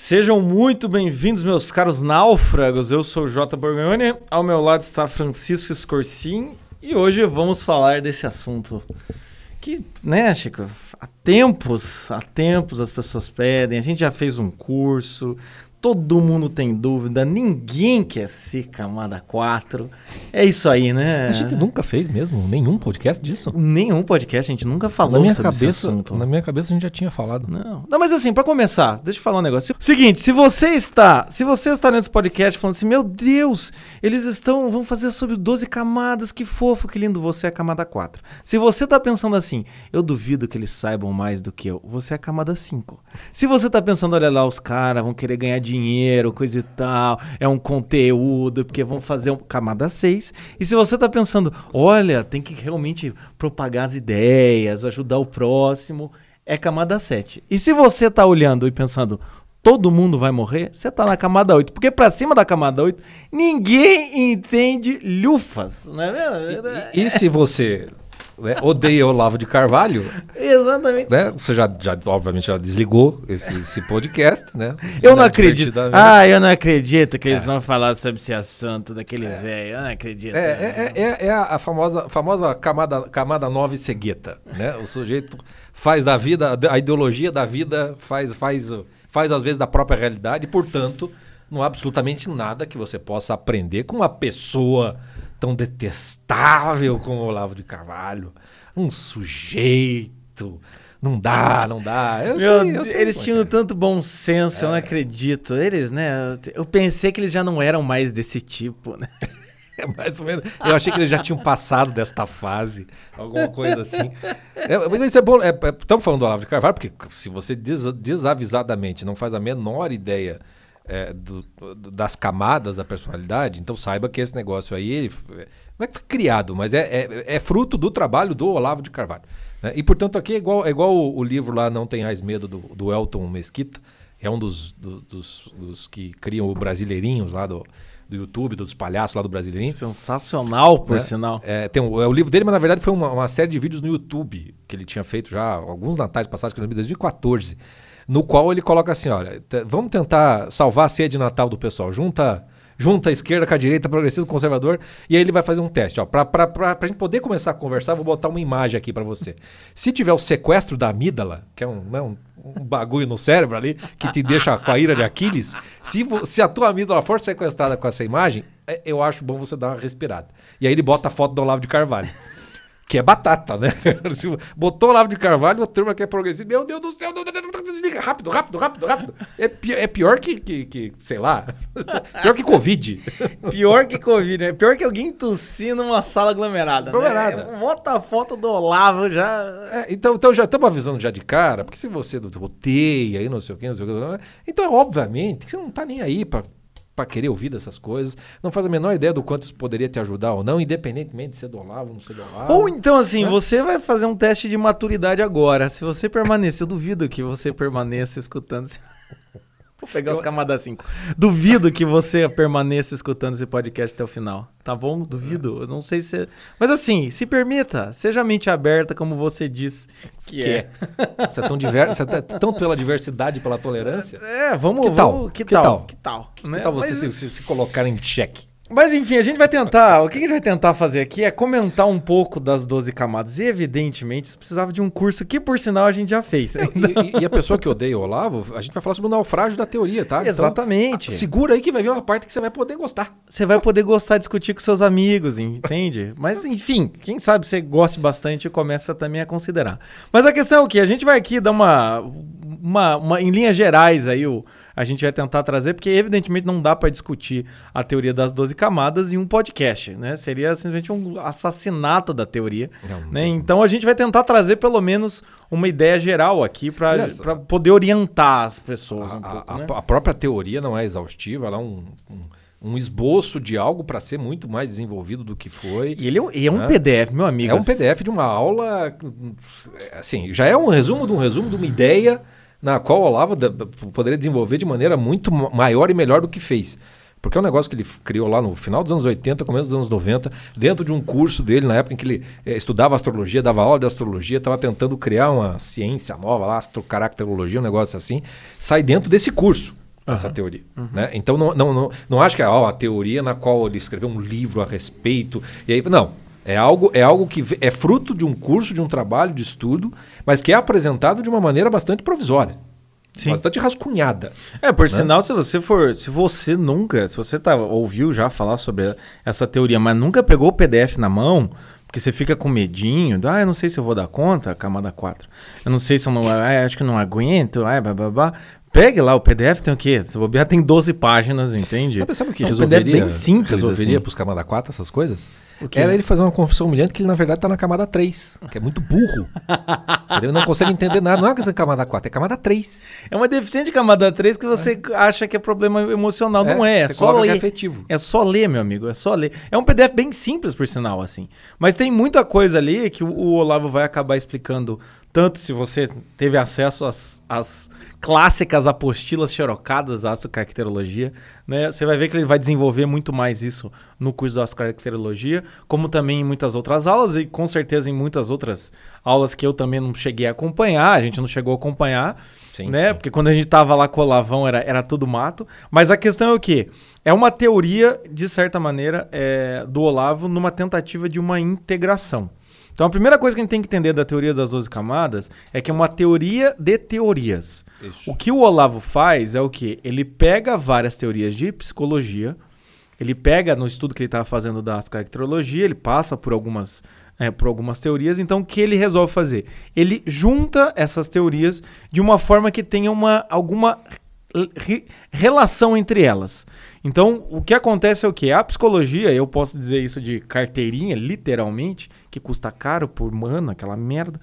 Sejam muito bem-vindos, meus caros náufragos. Eu sou o J. Borgoni, ao meu lado está Francisco Scorsin e hoje vamos falar desse assunto que, né, Chico, há tempos as pessoas pedem, a gente já fez um curso, todo mundo tem dúvida, ninguém quer ser camada 4. É isso aí, né? A gente nunca fez mesmo nenhum podcast disso? Nenhum podcast, a gente nunca falou sobre esse assunto. Na minha cabeça a gente já tinha falado. Não, mas assim, pra começar, deixa eu falar um negócio. Seguinte, se você está nesse podcast falando assim, meu Deus, vão fazer sobre 12 camadas, que fofo, que lindo, você é a camada 4. Se você tá pensando assim, eu duvido que eles saibam mais do que eu, você é a camada 5. Se você tá pensando, olha lá, os caras vão querer ganhar dinheiro, coisa e tal, é um conteúdo, porque vão fazer camada 6. E se você tá pensando, olha, tem que realmente propagar as ideias, ajudar o próximo, é camada 7. E se você tá olhando e pensando, todo mundo vai morrer, você tá na camada 8. Porque pra cima da camada 8, ninguém entende lufas, não é mesmo? E se você odeia Olavo de Carvalho, exatamente. Né? Você já obviamente já desligou esse podcast, né? Eu não acredito. Eu não acredito que eles vão falar sobre esse assunto daquele velho. Eu não acredito. É a famosa camada 9 cegueta, né? O sujeito faz da vida, a ideologia da vida faz às vezes da própria realidade e, portanto, não há absolutamente nada que você possa aprender com uma pessoa tão detestável como o Olavo de Carvalho. Um sujeito. Não dá. Eu sei eles tinham tanto bom senso, eu não acredito. Eles, né? Eu pensei que eles já não eram mais desse tipo, né? Mais ou menos. Eu achei que eles já tinham passado desta fase, alguma coisa assim. Mas isso é bom. Estamos falando do Olavo de Carvalho, porque se você desavisadamente não faz a menor ideia das camadas da personalidade, então saiba que esse negócio aí não é que foi criado, mas é fruto do trabalho do Olavo de Carvalho, né? E portanto aqui é igual o livro lá Não Tenhais Medo do Elton Mesquita, é um dos que criam o Brasileirinhos lá do YouTube, dos palhaços lá do Brasileirinho. Sensacional, por sinal. O livro dele, mas na verdade foi uma série de vídeos no YouTube que ele tinha feito já alguns natais passados, que em 2014, no qual ele coloca assim, olha, vamos tentar salvar a ceia de Natal do pessoal, junta a esquerda com a direita, progressista, conservador, e aí ele vai fazer um teste. Ó, pra gente poder começar a conversar, vou botar uma imagem aqui pra você. Se tiver o sequestro da amígdala, que é um bagulho no cérebro ali, que te deixa com a ira de Aquiles, se a tua amígdala for sequestrada com essa imagem, eu acho bom você dar uma respirada. E aí ele bota a foto do Olavo de Carvalho. Que é batata, né? Botou o Olavo de Carvalho, a turma que é progressista. Meu Deus do céu, desliga, rápido. É pior que sei lá, pior que Covid. Pior que Covid, né? Pior que alguém tossir numa sala aglomerada. Né? Bota a foto do Olavo já. Então já estamos avisando já de cara, porque se você roteia aí, não sei o que, então obviamente que você não tá nem aí para querer ouvir dessas coisas, não faz a menor ideia do quanto isso poderia te ajudar ou não, independentemente de ser do Olavo ou não ser do Olavo. Ou então assim, né? Você vai fazer um teste de maturidade agora, se você permanecer, eu duvido que você permaneça escutando... Vou pegar os camadas 5. Duvido que você permaneça escutando esse podcast até o final, tá bom? Duvido, eu não sei se... Mas assim, se permita, seja a mente aberta como você diz que é. Você é tão diverso, você é tão pela diversidade e pela tolerância. Vamos... Que tal? Né? Que tal você se colocar em xeque? Mas enfim, a gente vai tentar... O que a gente vai tentar fazer aqui é comentar um pouco das 12 camadas. E evidentemente isso precisava de um curso que, por sinal, a gente já fez. E a pessoa que odeia o Olavo, a gente vai falar sobre o naufrágio da teoria, tá? Exatamente. Então, segura aí que vai vir uma parte que você vai poder gostar. Você vai poder gostar, discutir com seus amigos, entende? Mas enfim, quem sabe você goste bastante e começa também a considerar. Mas a questão é o quê? A gente vai aqui dar uma em linhas gerais aí, a gente vai tentar trazer, porque evidentemente não dá para discutir a teoria das 12 camadas em um podcast, né? Seria simplesmente um assassinato da teoria, né? Então a gente vai tentar trazer pelo menos uma ideia geral aqui para poder orientar as pessoas um pouco, né? A própria teoria não é exaustiva, ela é um esboço de algo para ser muito mais desenvolvido do que foi. E é um PDF, meu amigo. É um PDF de uma aula, assim, já é um resumo de uma ideia na qual o Olavo poderia desenvolver de maneira muito maior e melhor do que fez. Porque é um negócio que ele criou lá no final dos anos 80, começo dos anos 90, dentro de um curso dele, na época em que ele estudava astrologia, dava aula de astrologia, estava tentando criar uma ciência nova lá, astrocaracterologia, um negócio assim, sai dentro desse curso. essa teoria. Né? Então não acho que é a teoria na qual ele escreveu um livro a respeito. E aí, não. É algo que é fruto de um curso, de um trabalho de estudo, mas que é apresentado de uma maneira bastante provisória. Sim. Bastante rascunhada. Por sinal, se você ouviu já falar sobre essa teoria, mas nunca pegou o PDF na mão, porque você fica com medinho, eu não sei se eu vou dar conta, camada 4. Eu não sei se eu não, acho que não aguento, bababá. Pegue lá o PDF, tem o quê? Se bobear, tem 12 páginas, entende? Sabe o que resolveria? Um PDF bem simples, resolveria para os camada 4 essas coisas? Era ele fazer uma confissão humilhante que ele, na verdade, está na camada 3, que é muito burro. Ele não consegue entender nada. Não é questão de camada 4, é camada 3. É uma deficiência de camada 3 que você acha que é problema emocional. Não é, é só ler. É afetivo. É só ler, meu amigo, é só ler. É um PDF bem simples, por sinal, assim. Mas tem muita coisa ali que o Olavo vai acabar explicando, tanto se você teve acesso às clássicas apostilas xerocadas da astrocaracterologia, né? Você vai ver que ele vai desenvolver muito mais isso no curso da astrocaracterologia, como também em muitas outras aulas e com certeza em muitas outras aulas que eu também não cheguei a acompanhar, a gente não chegou a acompanhar, né? Sim. Porque quando a gente estava lá com o Olavão era tudo mato. Mas a questão é o quê? É uma teoria, de certa maneira, do Olavo numa tentativa de uma integração. Então a primeira coisa que a gente tem que entender da teoria das 12 camadas é que é uma teoria de teorias. Isso. O que o Olavo faz é o quê? Ele pega várias teorias de psicologia, ele pega no estudo que ele estava fazendo da astrocaracterologia, ele passa por algumas teorias, então o que ele resolve fazer? Ele junta essas teorias de uma forma que tenha alguma relação entre elas. Então, o que acontece é o quê? A psicologia, eu posso dizer isso de carteirinha, literalmente, que custa caro por ano, aquela merda.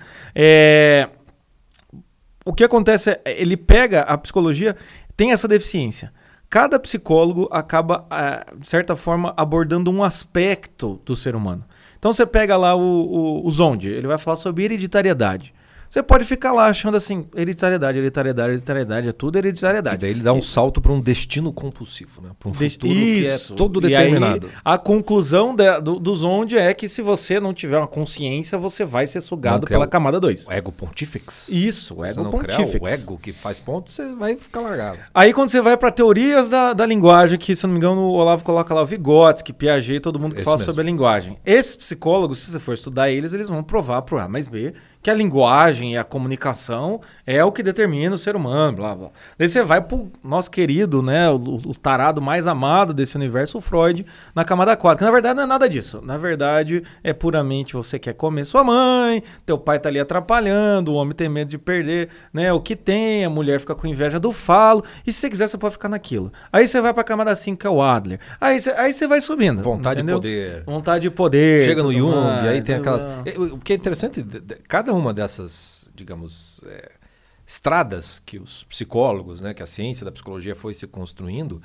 O que acontece é, ele pega a psicologia, tem essa deficiência. Cada psicólogo acaba, de certa forma, abordando um aspecto do ser humano. Então, você pega lá o Zonde, ele vai falar sobre hereditariedade. Você pode ficar lá achando assim, hereditariedade, é tudo hereditariedade. E daí ele dá um salto para um destino compulsivo, né? Para um futuro que é todo determinado. E aí, a conclusão do Zonde é que se você não tiver uma consciência, você vai ser sugado pela camada 2. O ego pontifex. Isso, o ego pontifex. O ego que faz ponto, você vai ficar largado. Aí quando você vai para teorias da linguagem, que se não me engano o Olavo coloca lá o Vygotsky, Piaget, todo mundo que fala sobre a linguagem. Esses psicólogos, se você for estudar eles vão provar por A mais B que a linguagem e a comunicação é o que determina o ser humano, blá, blá. Daí você vai pro nosso querido, né, o tarado mais amado desse universo, o Freud, na camada 4, que na verdade não é nada disso. Na verdade, é puramente você quer comer sua mãe, teu pai tá ali atrapalhando, o homem tem medo de perder, né, o que tem, a mulher fica com inveja do falo, e se você quiser você pode ficar naquilo. Aí você vai pra camada 5, que é o Adler. Aí você vai subindo. Vontade entendeu? de poder. Vontade de poder. Chega no Jung, e aí tem aquelas... O que é interessante, cada uma dessas, digamos, estradas que os psicólogos, né, que a ciência da psicologia foi se construindo,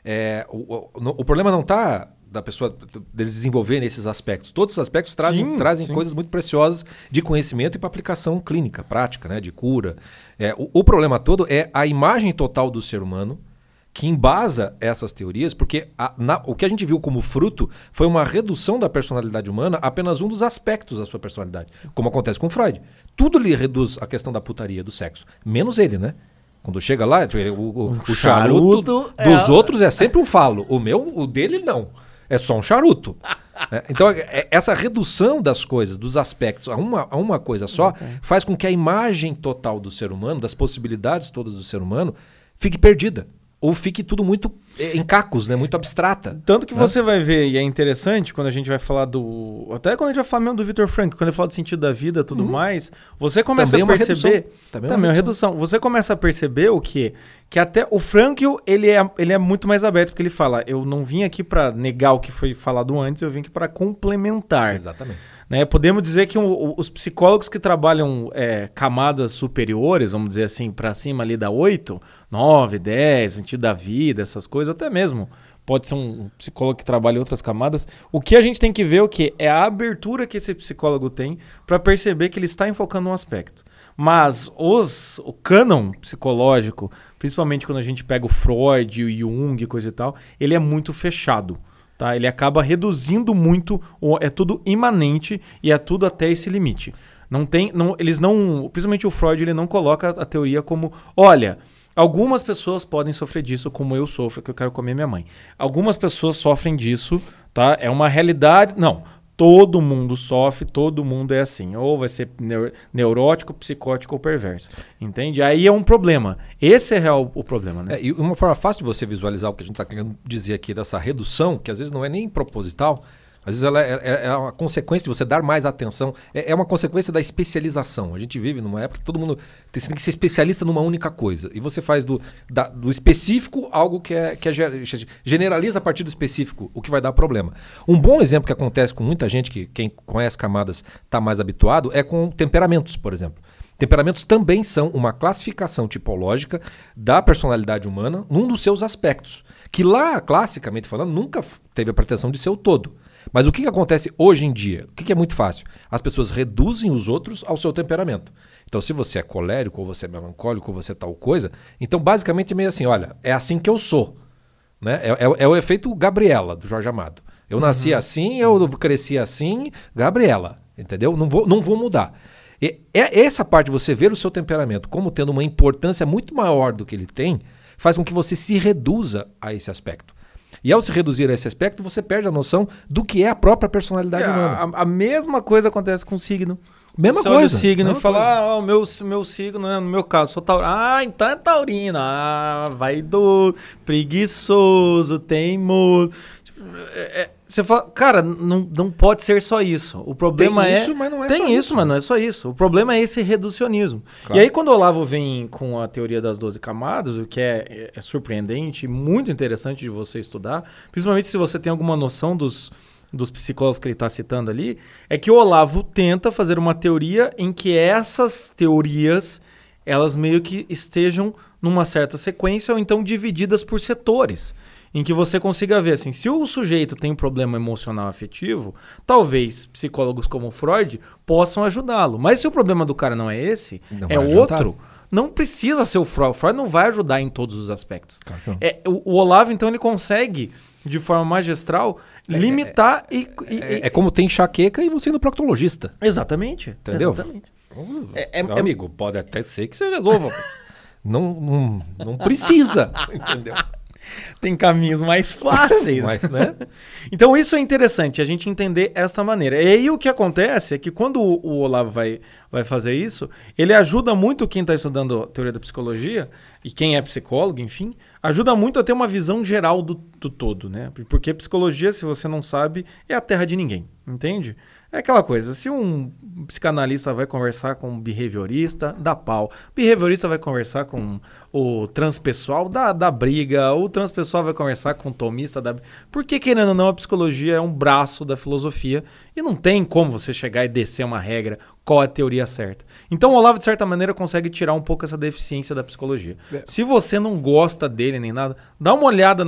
o problema não está da pessoa, deles desenvolverem esses aspectos. Todos os aspectos trazem coisas muito preciosas de conhecimento e para aplicação clínica, prática, né, de cura. O problema todo é a imagem total do ser humano que embasa essas teorias, porque o que a gente viu como fruto foi uma redução da personalidade humana a apenas um dos aspectos da sua personalidade, como acontece com Freud. Tudo lhe reduz a questão da putaria, do sexo, menos ele, né? Quando chega lá, o charuto dos outros é sempre um falo, o dele não, é só um charuto. Então, essa redução das coisas, dos aspectos a uma coisa só, faz com que a imagem total do ser humano, das possibilidades todas do ser humano, fique perdida. Ou fique tudo muito em cacos, né? Muito abstrata. Tanto que você vai ver, e é interessante, quando a gente vai falar até quando a gente vai falar mesmo do Victor Frankl, quando ele fala do sentido da vida e tudo mais, você começa a perceber... Também é uma redução. Você começa a perceber o quê? Que até o Frankl, ele é muito mais aberto, porque ele fala, eu não vim aqui para negar o que foi falado antes, eu vim aqui para complementar. Exatamente. Né? Podemos dizer que os psicólogos que trabalham camadas superiores, vamos dizer assim, para cima ali da 8, 9, 10, sentido da vida, essas coisas, até mesmo pode ser um psicólogo que trabalha em outras camadas. O que a gente tem que ver o quê? É a abertura que esse psicólogo tem para perceber que ele está enfocando um aspecto. Mas o cânon psicológico, principalmente quando a gente pega o Freud, o Jung e coisa e tal, ele é muito fechado. Tá? Ele acaba reduzindo muito, é tudo imanente e é tudo até esse limite. Principalmente o Freud, ele não coloca a teoria como, olha, Algumas pessoas podem sofrer disso, como eu sofro, que eu quero comer minha mãe. Algumas pessoas sofrem disso, tá? É uma realidade. Não, todo mundo sofre, todo mundo é assim. Ou vai ser neurótico, psicótico ou perverso. Entende? Aí é um problema. Esse é real o problema, né? E uma forma fácil de você visualizar o que a gente está querendo dizer aqui dessa redução, que às vezes não é nem proposital, às vezes ela é uma consequência de você dar mais atenção, é uma consequência da especialização. A gente vive numa época que todo mundo tem que ser especialista numa única coisa. E você faz do específico algo que generaliza a partir do específico, o que vai dar problema. Um bom exemplo que acontece com muita gente, que quem conhece camadas está mais habituado, é com temperamentos, por exemplo. Temperamentos também são uma classificação tipológica da personalidade humana num dos seus aspectos, que lá, classicamente falando, nunca teve a pretensão de ser o todo. Mas o que acontece hoje em dia? O que é muito fácil? As pessoas reduzem os outros ao seu temperamento. Então, se você é colérico, ou você é melancólico, ou você é tal coisa, então basicamente é meio assim, olha, é assim que eu sou. Né? É o efeito Gabriela, do Jorge Amado. Eu nasci assim, eu cresci assim, Gabriela, entendeu? Não vou mudar. E essa parte de você ver o seu temperamento como tendo uma importância muito maior do que ele tem, faz com que você se reduza a esse aspecto. E ao se reduzir a esse aspecto, você perde a noção do que é a própria personalidade humana. A mesma coisa acontece com o signo. Mesma você coisa. Olha o signo mesma e fala, coisa. o meu signo, né, no meu caso, sou taurino. Ah, então é taurino. Ah, vaidoso, preguiçoso, teimoso. Você fala, cara, não pode ser só isso. O problema tem isso, mas não é tem só isso, isso. mas não é só isso. O problema é esse reducionismo. Claro. E aí, quando o Olavo vem com a teoria das 12 camadas, o que é surpreendente e muito interessante de você estudar, principalmente se você tem alguma noção dos psicólogos que ele está citando ali, é que o Olavo tenta fazer uma teoria em que essas teorias, elas meio que estejam numa certa sequência ou então divididas por setores. Em que você consiga ver, assim, se o sujeito tem um problema emocional afetivo, talvez psicólogos como Freud possam ajudá-lo. Mas se o problema do cara não é esse, é outro, não precisa ser o Freud. O Freud não vai ajudar em todos os aspectos. Claro. O Olavo, então, ele consegue, de forma magistral, limitar É como tem enxaqueca e você ir no proctologista. Exatamente. Entendeu? Exatamente. Meu amigo, pode até ser que você resolva. não precisa, entendeu? Tem caminhos mais fáceis. Mas, né? Então isso é interessante, a gente entender esta maneira. E aí o que acontece é que quando o Olavo vai fazer isso, ele ajuda muito quem está estudando a teoria da psicologia, e quem é psicólogo, enfim, ajuda muito a ter uma visão geral do todo, né? Porque psicologia, se você não sabe, é a terra de ninguém, entende? É aquela coisa, se um psicanalista vai conversar com um behaviorista, dá pau. O behaviorista vai conversar com o transpessoal, dá briga. O transpessoal vai conversar com o tomista, dá briga. Porque, querendo ou não, a psicologia é um braço da filosofia e não tem como você chegar e descer uma regra, qual é a teoria certa. Então o Olavo, de certa maneira, consegue tirar um pouco essa deficiência da psicologia. Se você não gosta dele nem nada, dá uma olhada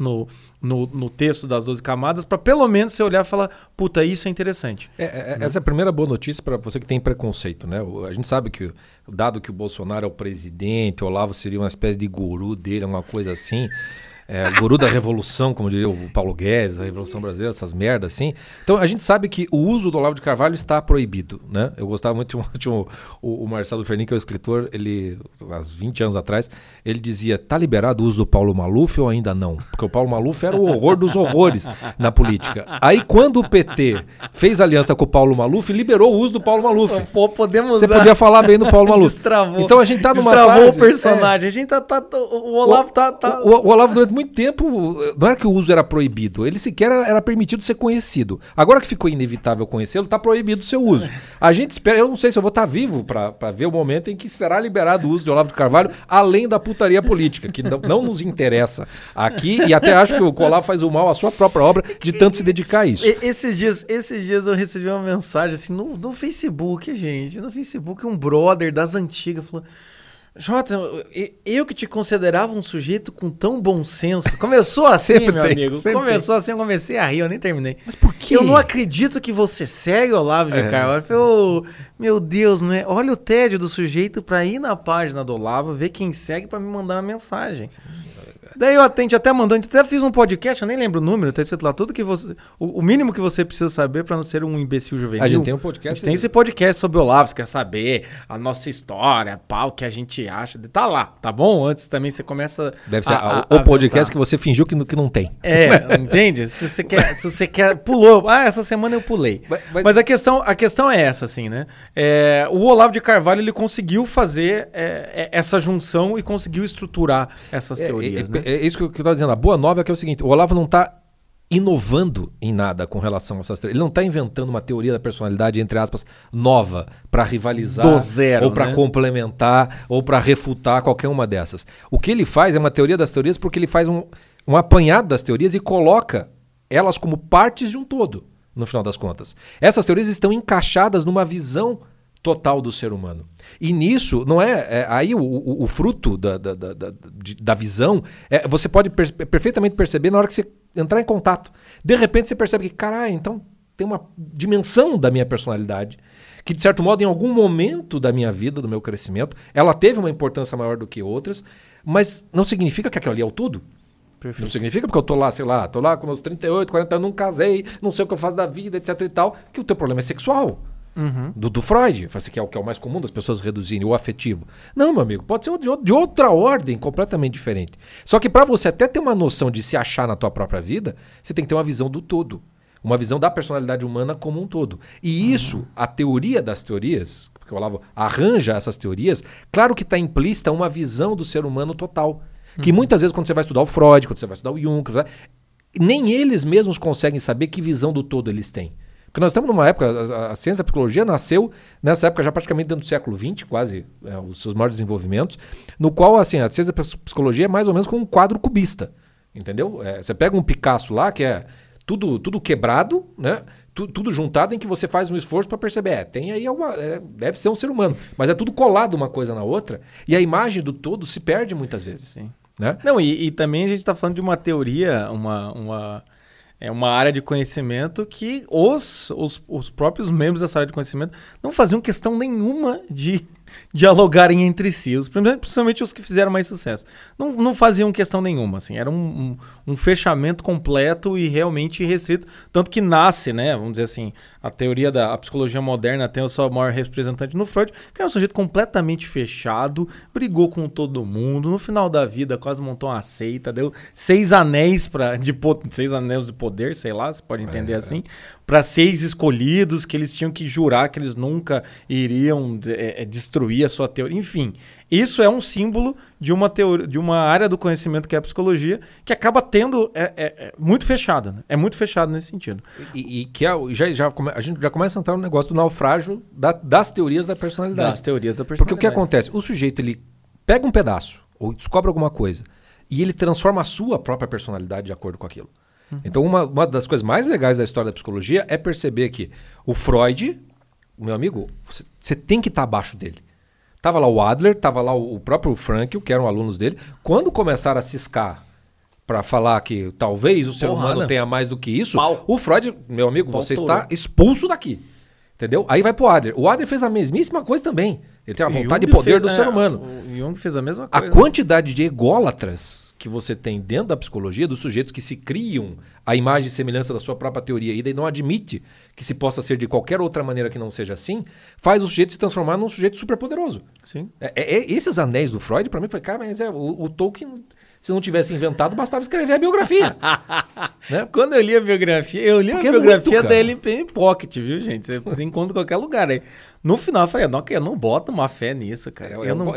no texto das 12 camadas para pelo menos você olhar e falar, puta, isso é interessante. Essa é a primeira boa notícia para você que tem preconceito, né? A gente sabe que, dado que o Bolsonaro é o presidente, o Olavo seria uma espécie de guru dele, uma coisa assim, guru da revolução, como diria o Paulo Guedes, a Revolução Brasileira, essas merdas assim. Então a gente sabe que o uso do Olavo de Carvalho está proibido, né? Eu gostava muito o Marcelo Fernin, que é o escritor, ele, há 20 anos atrás, ele dizia, tá liberado o uso do Paulo Maluf ou ainda não? Porque o Paulo Maluf era o horror dos horrores na política. Aí quando o PT fez aliança com o Paulo Maluf, liberou o uso do Paulo Maluf. Podemos usar. Você podia falar bem do Paulo Maluf. Destravou. Então a gente tá numa Destravou fase... o personagem. A gente o Olavo tá... O Olavo, durante muito tempo, não era que o uso era proibido, ele sequer era permitido ser conhecido. Agora que ficou inevitável conhecê-lo, está proibido o seu uso. A gente espera, eu não sei se eu vou estar vivo para ver o momento em que será liberado o uso de Olavo de Carvalho, além da putaria política, que não nos interessa aqui, e até acho que o Olavo faz o mal à sua própria obra de tanto se dedicar a isso. Esses dias eu recebi uma mensagem assim no Facebook, gente, no Facebook, um brother das antigas falou: Jota, eu que te considerava um sujeito com tão bom senso. Começou assim, meu amigo. Começou assim, eu comecei a rir, eu nem terminei. Mas por quê? Eu não acredito que você segue o Olavo de Carvalho. Eu falei, meu Deus, né? Olha o tédio do sujeito pra ir na página do Olavo, ver quem segue pra me mandar uma mensagem. Daí o Atente até mandou, a gente até fiz um podcast, eu nem lembro o número, tá escrito lá tudo que você... O mínimo que você precisa saber pra não ser um imbecil juvenil. A gente tem um podcast. A gente tem esse podcast sobre o Olavo, você quer saber a nossa história, o que a gente acha. Tá lá, tá bom? Antes também você começa... Deve ser o podcast que você fingiu que não tem. Entende? Se você quer... Pulou. Essa semana eu pulei. Mas a questão é essa, assim, né? O Olavo de Carvalho, ele conseguiu fazer essa junção e conseguiu estruturar essas teorias, né? É isso que eu estava dizendo. A boa nova é que é o seguinte, o Olavo não está inovando em nada com relação a essas teorias. Ele não está inventando uma teoria da personalidade, entre aspas, nova, para rivalizar, do zero, ou para complementar, ou para refutar qualquer uma dessas. O que ele faz é uma teoria das teorias porque ele faz um apanhado das teorias e coloca elas como partes de um todo, no final das contas. Essas teorias estão encaixadas numa visão total do ser humano. E nisso, não aí o fruto da visão, você pode perfeitamente perceber na hora que você entrar em contato. De repente você percebe que, caralho, então tem uma dimensão da minha personalidade que, de certo modo, em algum momento da minha vida, do meu crescimento, ela teve uma importância maior do que outras, mas não significa que aquilo ali é o tudo. Perfeito. Não significa porque eu tô lá com meus 38, 40 anos, não casei, não sei o que eu faço da vida, etc e tal, que o teu problema é sexual. Uhum. Do Freud, que é o mais comum das pessoas reduzirem, o afetivo. Não, meu amigo, pode ser de outra ordem, completamente diferente. Só que para você até ter uma noção de se achar na tua própria vida, você tem que ter uma visão do todo. Uma visão da personalidade humana como um todo. E isso, a teoria das teorias, porque o Olavo arranja essas teorias, claro que está implícita uma visão do ser humano total. Que muitas vezes quando você vai estudar o Freud, quando você vai estudar o Jung, nem eles mesmos conseguem saber que visão do todo eles têm. Porque nós estamos numa época, a ciência da psicologia nasceu nessa época já praticamente dentro do século XX, quase os seus maiores desenvolvimentos, no qual assim, a ciência da psicologia é mais ou menos como um quadro cubista, entendeu? Você pega um Picasso lá, que é tudo quebrado, né? Tudo juntado, em que você faz um esforço para perceber, tem aí deve ser um ser humano, mas é tudo colado uma coisa na outra, e a imagem do todo se perde muitas vezes. Sim. Né? Não, e também a gente está falando de uma teoria, uma área de conhecimento que os próprios membros dessa área de conhecimento não faziam questão nenhuma de dialogarem entre si, principalmente os que fizeram mais sucesso. Não faziam questão nenhuma, assim, era um fechamento completo e realmente restrito, tanto que nasce, né, vamos dizer assim, a teoria da psicologia moderna tem o seu maior representante no Freud, que é um sujeito completamente fechado, brigou com todo mundo, no final da vida quase montou uma seita, deu 6 anéis de poder, sei lá, você pode entender assim, para 6 escolhidos, que eles tinham que jurar que eles nunca iriam destruir a sua teoria. Enfim, isso é um símbolo de uma área do conhecimento que é a psicologia, que acaba tendo... muito fechado, né? É muito fechado nesse sentido. E que a gente já começa a entrar no negócio do naufrágio das teorias da personalidade. Das teorias da personalidade. Porque o que acontece? O sujeito, ele pega um pedaço, ou descobre alguma coisa, e ele transforma a sua própria personalidade de acordo com aquilo. Então, uma das coisas mais legais da história da psicologia é perceber que o Freud, meu amigo, você tem que estar abaixo dele. Tava lá o Adler, tava lá o próprio Frankl, que eram alunos dele. Quando começaram a ciscar para falar que talvez o ser humano tenha mais do que isso, o Freud, meu amigo, você está expulso daqui. Entendeu? Aí vai pro Adler. O Adler fez a mesmíssima coisa também. Ele tem a vontade de poder do ser humano. O Jung fez a mesma coisa. A quantidade de ególatras que você tem dentro da psicologia, dos sujeitos que se criam a imagem e semelhança da sua própria teoria e daí não admite que se possa ser de qualquer outra maneira que não seja assim, faz o sujeito se transformar num sujeito superpoderoso. Sim. Esses anéis do Freud, para mim, foi, cara, mas o Tolkien, se não tivesse inventado, bastava escrever a biografia. Né? Quando eu li a biografia, da LPM Pocket, viu, gente? Você encontra em qualquer lugar aí. No final eu falei, não, eu não boto uma fé nisso, cara.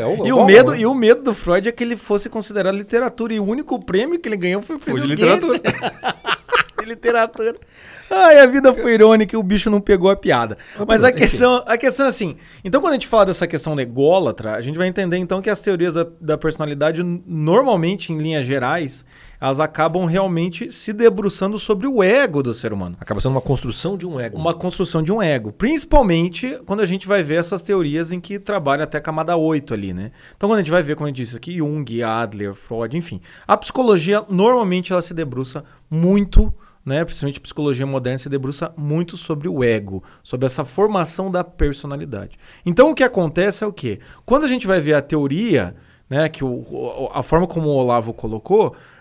O medo do Freud é que ele fosse considerado literatura, e o único prêmio que ele ganhou foi o prêmio de literatura. De literatura. Ai, a vida foi irônica e o bicho não pegou a piada. Mas a questão é assim, então quando a gente fala dessa questão da ególatra, a gente vai entender então que as teorias da personalidade, normalmente, em linhas gerais, elas acabam realmente se debruçando sobre o ego do ser humano. Acaba sendo uma construção de um ego. Uma construção de um ego. Principalmente quando a gente vai ver essas teorias em que trabalha até a camada 8 ali, né? Então quando a gente vai ver, como a gente disse aqui, Jung, Adler, Freud, enfim. A psicologia, normalmente, ela se debruça muito, né, principalmente a psicologia moderna, se debruça muito sobre o ego, sobre essa formação da personalidade. Então o que acontece é o quê? Quando a gente vai ver a teoria, né, que a forma como o Olavo colocou,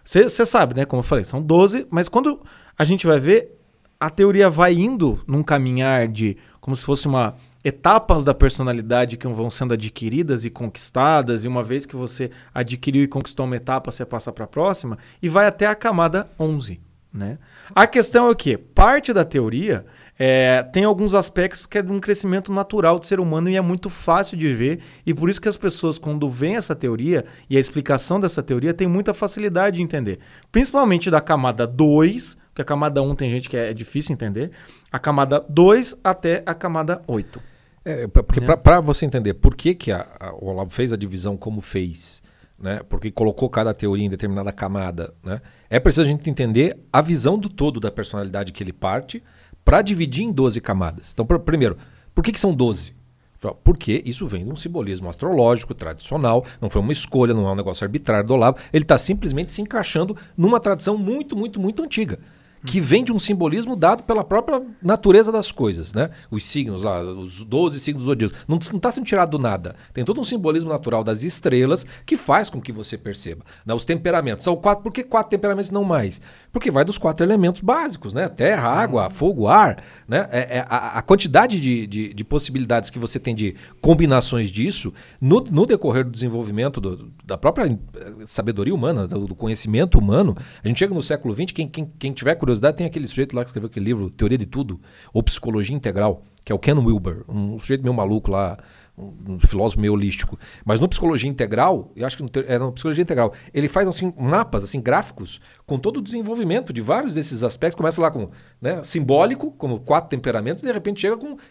Você sabe, né? Como eu falei, são 12, mas quando a gente vai ver, a teoria vai indo num caminhar de como se fosse uma etapas da personalidade que vão sendo adquiridas e conquistadas, e uma vez que você adquiriu e conquistou uma etapa, você passa para a próxima, e vai até a camada 11. Né? A questão é o quê? Parte da teoria tem alguns aspectos que é de um crescimento natural do ser humano e é muito fácil de ver, e por isso que as pessoas, quando veem essa teoria e a explicação dessa teoria, tem muita facilidade de entender. Principalmente da camada 2, porque a camada 1 tem gente que é difícil entender, a camada 2 até a camada 8. Porque para você entender por que o Olavo fez a divisão como fez, né? Porque colocou cada teoria em determinada camada, né? É preciso a gente entender a visão do todo da personalidade que ele parte para dividir em 12 camadas. Então, primeiro, por que são 12? Porque isso vem de um simbolismo astrológico tradicional, não foi uma escolha, não é um negócio arbitrário do Olavo, ele está simplesmente se encaixando numa tradição muito, muito, muito antiga, que vem de um simbolismo dado pela própria natureza das coisas, né? Os signos lá, os 12 signos zodíacos, não está sendo tirado do nada. Tem todo um simbolismo natural das estrelas que faz com que você perceba. Né? Os temperamentos, são 4, por que 4 temperamentos não mais? Porque vai dos 4 elementos básicos, né? Terra, água, fogo, ar, né? A quantidade de possibilidades que você tem de combinações disso, no decorrer do desenvolvimento da própria sabedoria humana, do conhecimento humano, a gente chega no século XX, quem tiver curiosidade, tem aquele sujeito lá que escreveu aquele livro, Teoria de Tudo, ou Psicologia Integral, que é o Ken Wilber, um sujeito meio maluco lá, um filósofo meio holístico. Mas no Psicologia Integral, eu acho que no Psicologia Integral, ele faz assim, mapas, assim, gráficos, com todo o desenvolvimento de vários desses aspectos. Começa lá com, né, simbólico, como 4 temperamentos, e de repente chega com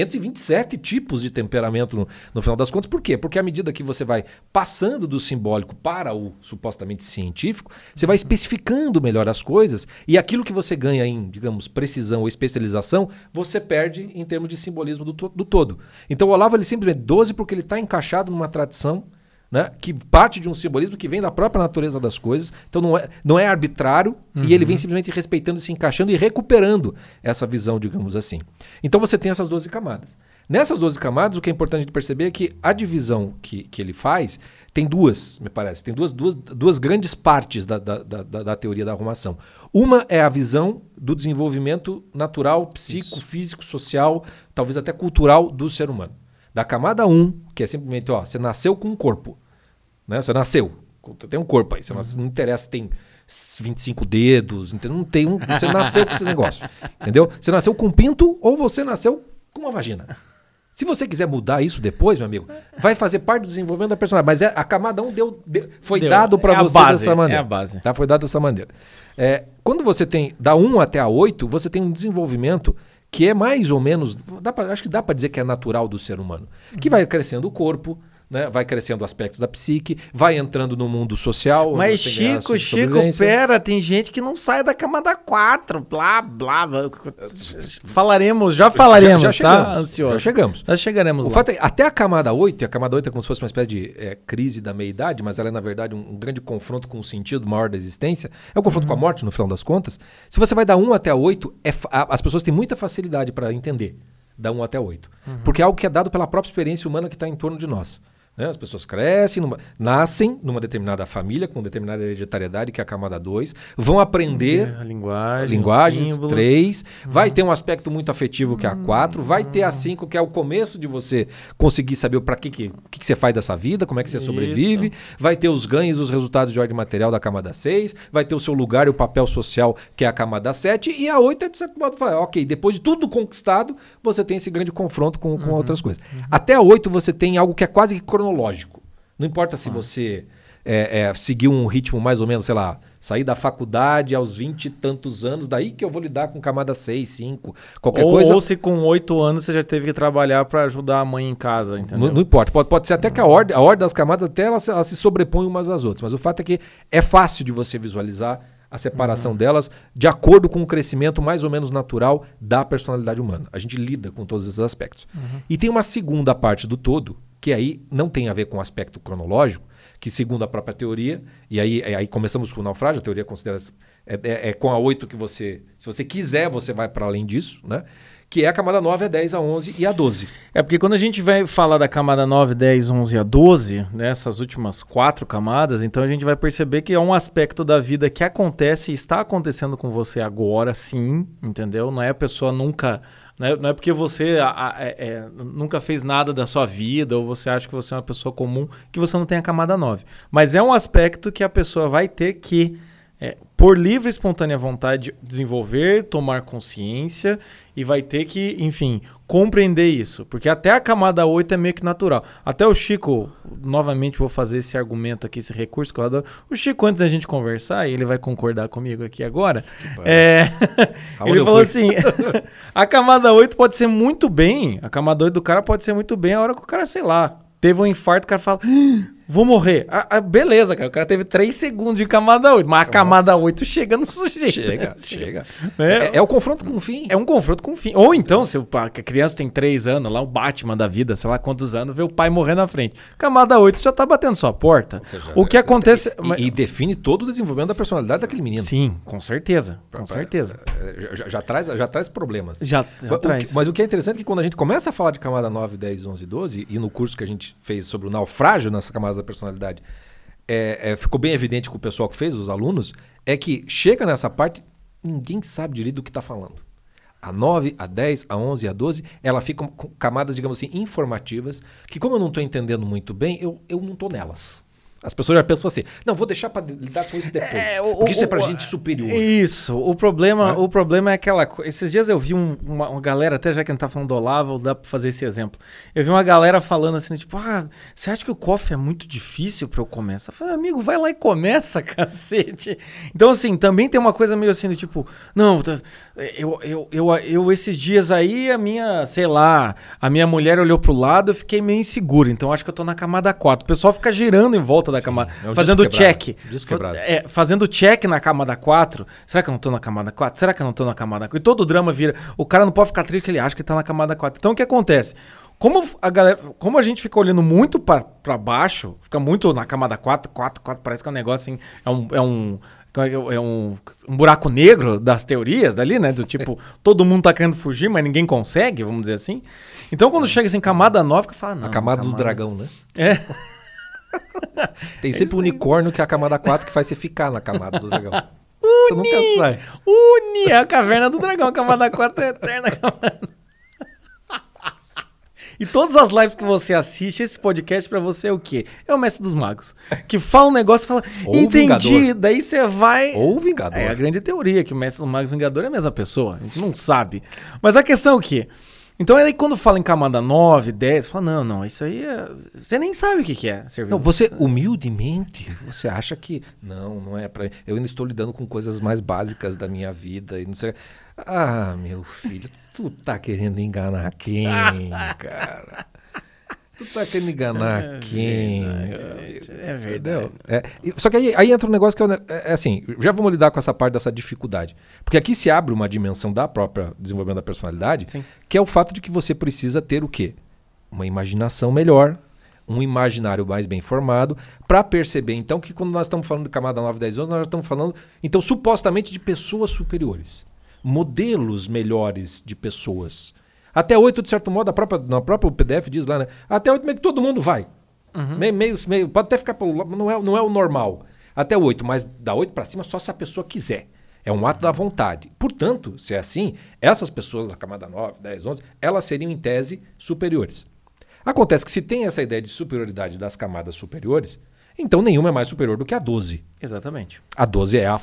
527 tipos de temperamento no final das contas. Por quê? Porque à medida que você vai passando do simbólico para o supostamente científico, você vai especificando melhor as coisas, e aquilo que você ganha em, digamos, precisão ou especialização, você perde em termos de simbolismo do todo. Então o Olavo, ele simplesmente 12 porque ele está encaixado numa tradição, né, que parte de um simbolismo que vem da própria natureza das coisas. Então não é arbitrário, e ele vem simplesmente respeitando, se encaixando e recuperando essa visão, digamos assim. Então você tem essas 12 camadas. Nessas 12 camadas, o que é importante de perceber é que a divisão que ele faz tem duas, me parece, tem duas grandes partes da teoria da arrumação. Uma é a visão do desenvolvimento natural, psico-físico, social, talvez até cultural do ser humano. Da camada 1, que é simplesmente, você nasceu com um corpo. Né? Você nasceu, tem um corpo aí. Não interessa se tem 25 dedos, não tem você nasceu com esse negócio. Entendeu? Você nasceu com um pinto ou você nasceu com uma vagina. Se você quiser mudar isso depois, meu amigo, vai fazer parte do desenvolvimento da personagem. Mas a camada 1 foi dado para você dessa maneira. É a base. Tá? Foi dado dessa maneira. Quando você tem da 1 até a 8, você tem um desenvolvimento que é mais ou menos, acho que dá para dizer que é natural do ser humano, que vai crescendo o corpo, né? Vai crescendo aspectos da psique, vai entrando no mundo social. Mas Chico, pera, tem gente que não sai da camada 4, blá, blá. Já falaremos, já chegamos, tá? Ansioso. Já chegamos. Já chegaremos lá. O fato é, até a camada 8, e a camada 8 é como se fosse uma espécie de crise da meia-idade, mas ela é, na verdade, um grande confronto com o sentido maior da existência. É um confronto com a morte, no final das contas. Se você vai da 1 até a 8, as pessoas têm muita facilidade para entender da 1 até a 8. Porque é algo que é dado pela própria experiência humana que está em torno de nós. Né? As pessoas crescem, nascem numa determinada família, com determinada hereditariedade, que é a camada 2, vão aprender a linguagem, linguagens, 3, vai ter um aspecto muito afetivo, que é a 4, vai ter a 5, que é o começo de você conseguir saber para que você faz dessa vida, como é que você sobrevive, vai ter os ganhos, os resultados de ordem material da camada 6, vai ter o seu lugar e o papel social, que é a camada 7, e a 8 é de certo modo, ok, depois de tudo conquistado, você tem esse grande confronto com outras coisas. Até a 8 você tem algo que é quase que cronológico. Não importa se você seguir um ritmo mais ou menos, sei lá, sair da faculdade aos 20 e tantos anos, daí que eu vou lidar com camada 6, 5, qualquer coisa. Ou se com 8 anos você já teve que trabalhar para ajudar a mãe em casa, entendeu? Não importa. Pode ser até que a ordem das camadas até elas se sobrepõem umas às outras. Mas o fato é que é fácil de você visualizar a separação delas de acordo com o crescimento mais ou menos natural da personalidade humana. A gente lida com todos esses aspectos. E tem uma segunda parte do todo, que aí não tem a ver com o aspecto cronológico, que segundo a própria teoria, e aí começamos com o naufrágio, a teoria considera com a 8 que você, se você quiser, você vai para além disso, né? que é a camada 9, a 10, a 11 e a 12. É porque quando a gente vai falar da camada 9, 10, 11 e a 12, né, essas últimas 4 camadas, então a gente vai perceber que é um aspecto da vida que acontece e está acontecendo com você agora, sim, entendeu? Não é a pessoa nunca... Não é porque você nunca fez nada da sua vida ou você acha que você é uma pessoa comum que você não tem a camada 9. Mas é um aspecto que a pessoa vai ter que, por livre e espontânea vontade, desenvolver, tomar consciência e vai ter que, enfim, compreender isso. Porque até a camada 8 é meio que natural. Até o Chico, novamente vou fazer esse argumento aqui, esse recurso que eu adoro. O Chico, antes da gente conversar, e ele vai concordar comigo aqui agora, ele falou assim, a camada 8 pode ser muito bem, a camada 8 do cara pode ser muito bem a hora que o cara, sei lá, teve um infarto, o cara fala... Vou morrer. Beleza, cara. O cara teve 3 segundos de camada 8. Mas a camada 8 chega no sujeito. Chega. É o confronto com o fim. É um confronto com o fim. Ou então, se a criança tem 3 anos, lá o Batman da vida, sei lá quantos anos, vê o pai morrer na frente. Camada 8 já tá batendo sua porta. Seja, o que acontece... E define todo o desenvolvimento da personalidade daquele menino. Sim, com certeza. Com certeza. Já traz problemas. Já traz. Mas o que é interessante é que quando a gente começa a falar de camada 9, 10, 11 e 12, e no curso que a gente fez sobre o naufrágio nessa camada da personalidade, ficou bem evidente com o pessoal que fez, os alunos, é que chega nessa parte, ninguém sabe direito do que está falando. A 9, a 10, a 11 e a 12, ela fica com camadas, digamos assim, informativas, que como eu não estou entendendo muito bem, eu não estou nelas. As pessoas já pensam assim, não, vou deixar para lidar com isso depois, porque isso é para gente superior. Isso, o problema é aquela coisa. Esses dias eu vi uma galera, até já que a gente tá falando do Olavo, dá para fazer esse exemplo. Eu vi uma galera falando assim, tipo, você acha que o coffee é muito difícil para eu começar? Eu falei, amigo, vai lá e começa, cacete. Então, assim, também tem uma coisa meio assim, do tipo, não, eu esses dias aí, a minha mulher olhou pro lado, eu fiquei meio inseguro, então acho que eu tô na camada 4. O pessoal fica girando em volta da camada, fazendo check. Fazendo check na camada 4. Será que eu não tô na camada 4? Será que eu não tô na camada 4? E todo o drama vira. O cara não pode ficar triste que ele acha que tá na camada 4. Então o que acontece? Como a gente fica olhando muito pra baixo, fica muito na camada 4, parece que é um negócio assim. É um buraco negro das teorias dali, né? Do tipo, todo mundo tá querendo fugir, mas ninguém consegue, vamos dizer assim. Então quando chega assim, camada 9, que fala, não. A camada do dragão, né? Tem sempre um unicórnio que é a camada 4 que faz você ficar na camada do dragão. Você nunca sai. É a caverna do dragão, a camada 4 é eterna. E todas as lives que você assiste, esse podcast pra você é o quê? É o Mestre dos Magos. Que fala um negócio e fala, entendi, Vingador. Daí você vai... Ou Vingador. É a grande teoria, que o Mestre dos Magos e o Vingador é a mesma pessoa. A gente não sabe. Mas a questão é o quê? Então aí quando fala em camada 9, 10, fala, não, isso aí você nem sabe o que é. Não, você humildemente, você acha que não é pra... Eu ainda estou lidando com coisas mais básicas da minha vida e não sei... meu filho, tu tá querendo enganar quem, cara? Tu tá querendo enganar quem? É verdade. Só que aí entra um negócio que é assim, já vamos lidar com essa parte dessa dificuldade. Porque aqui se abre uma dimensão da própria desenvolvimento da personalidade, sim, que é o fato de que você precisa ter o quê? Uma imaginação melhor, um imaginário mais bem formado, para perceber, então, que quando nós estamos falando de camada 9, 10, 11, nós já estamos falando, então, supostamente de pessoas superiores. Modelos melhores de pessoas. Até 8, de certo modo, na própria PDF diz lá, né? Até 8 meio que todo mundo vai. Uhum. Meio, pode até ficar pelo lado, não é o normal. Até 8, mas da 8 para cima só se a pessoa quiser. É um ato da vontade. Portanto, se é assim, essas pessoas da camada 9, 10, 11, elas seriam em tese superiores. Acontece que se tem essa ideia de superioridade das camadas superiores, então nenhuma é mais superior do que a 12. Exatamente. A 12 é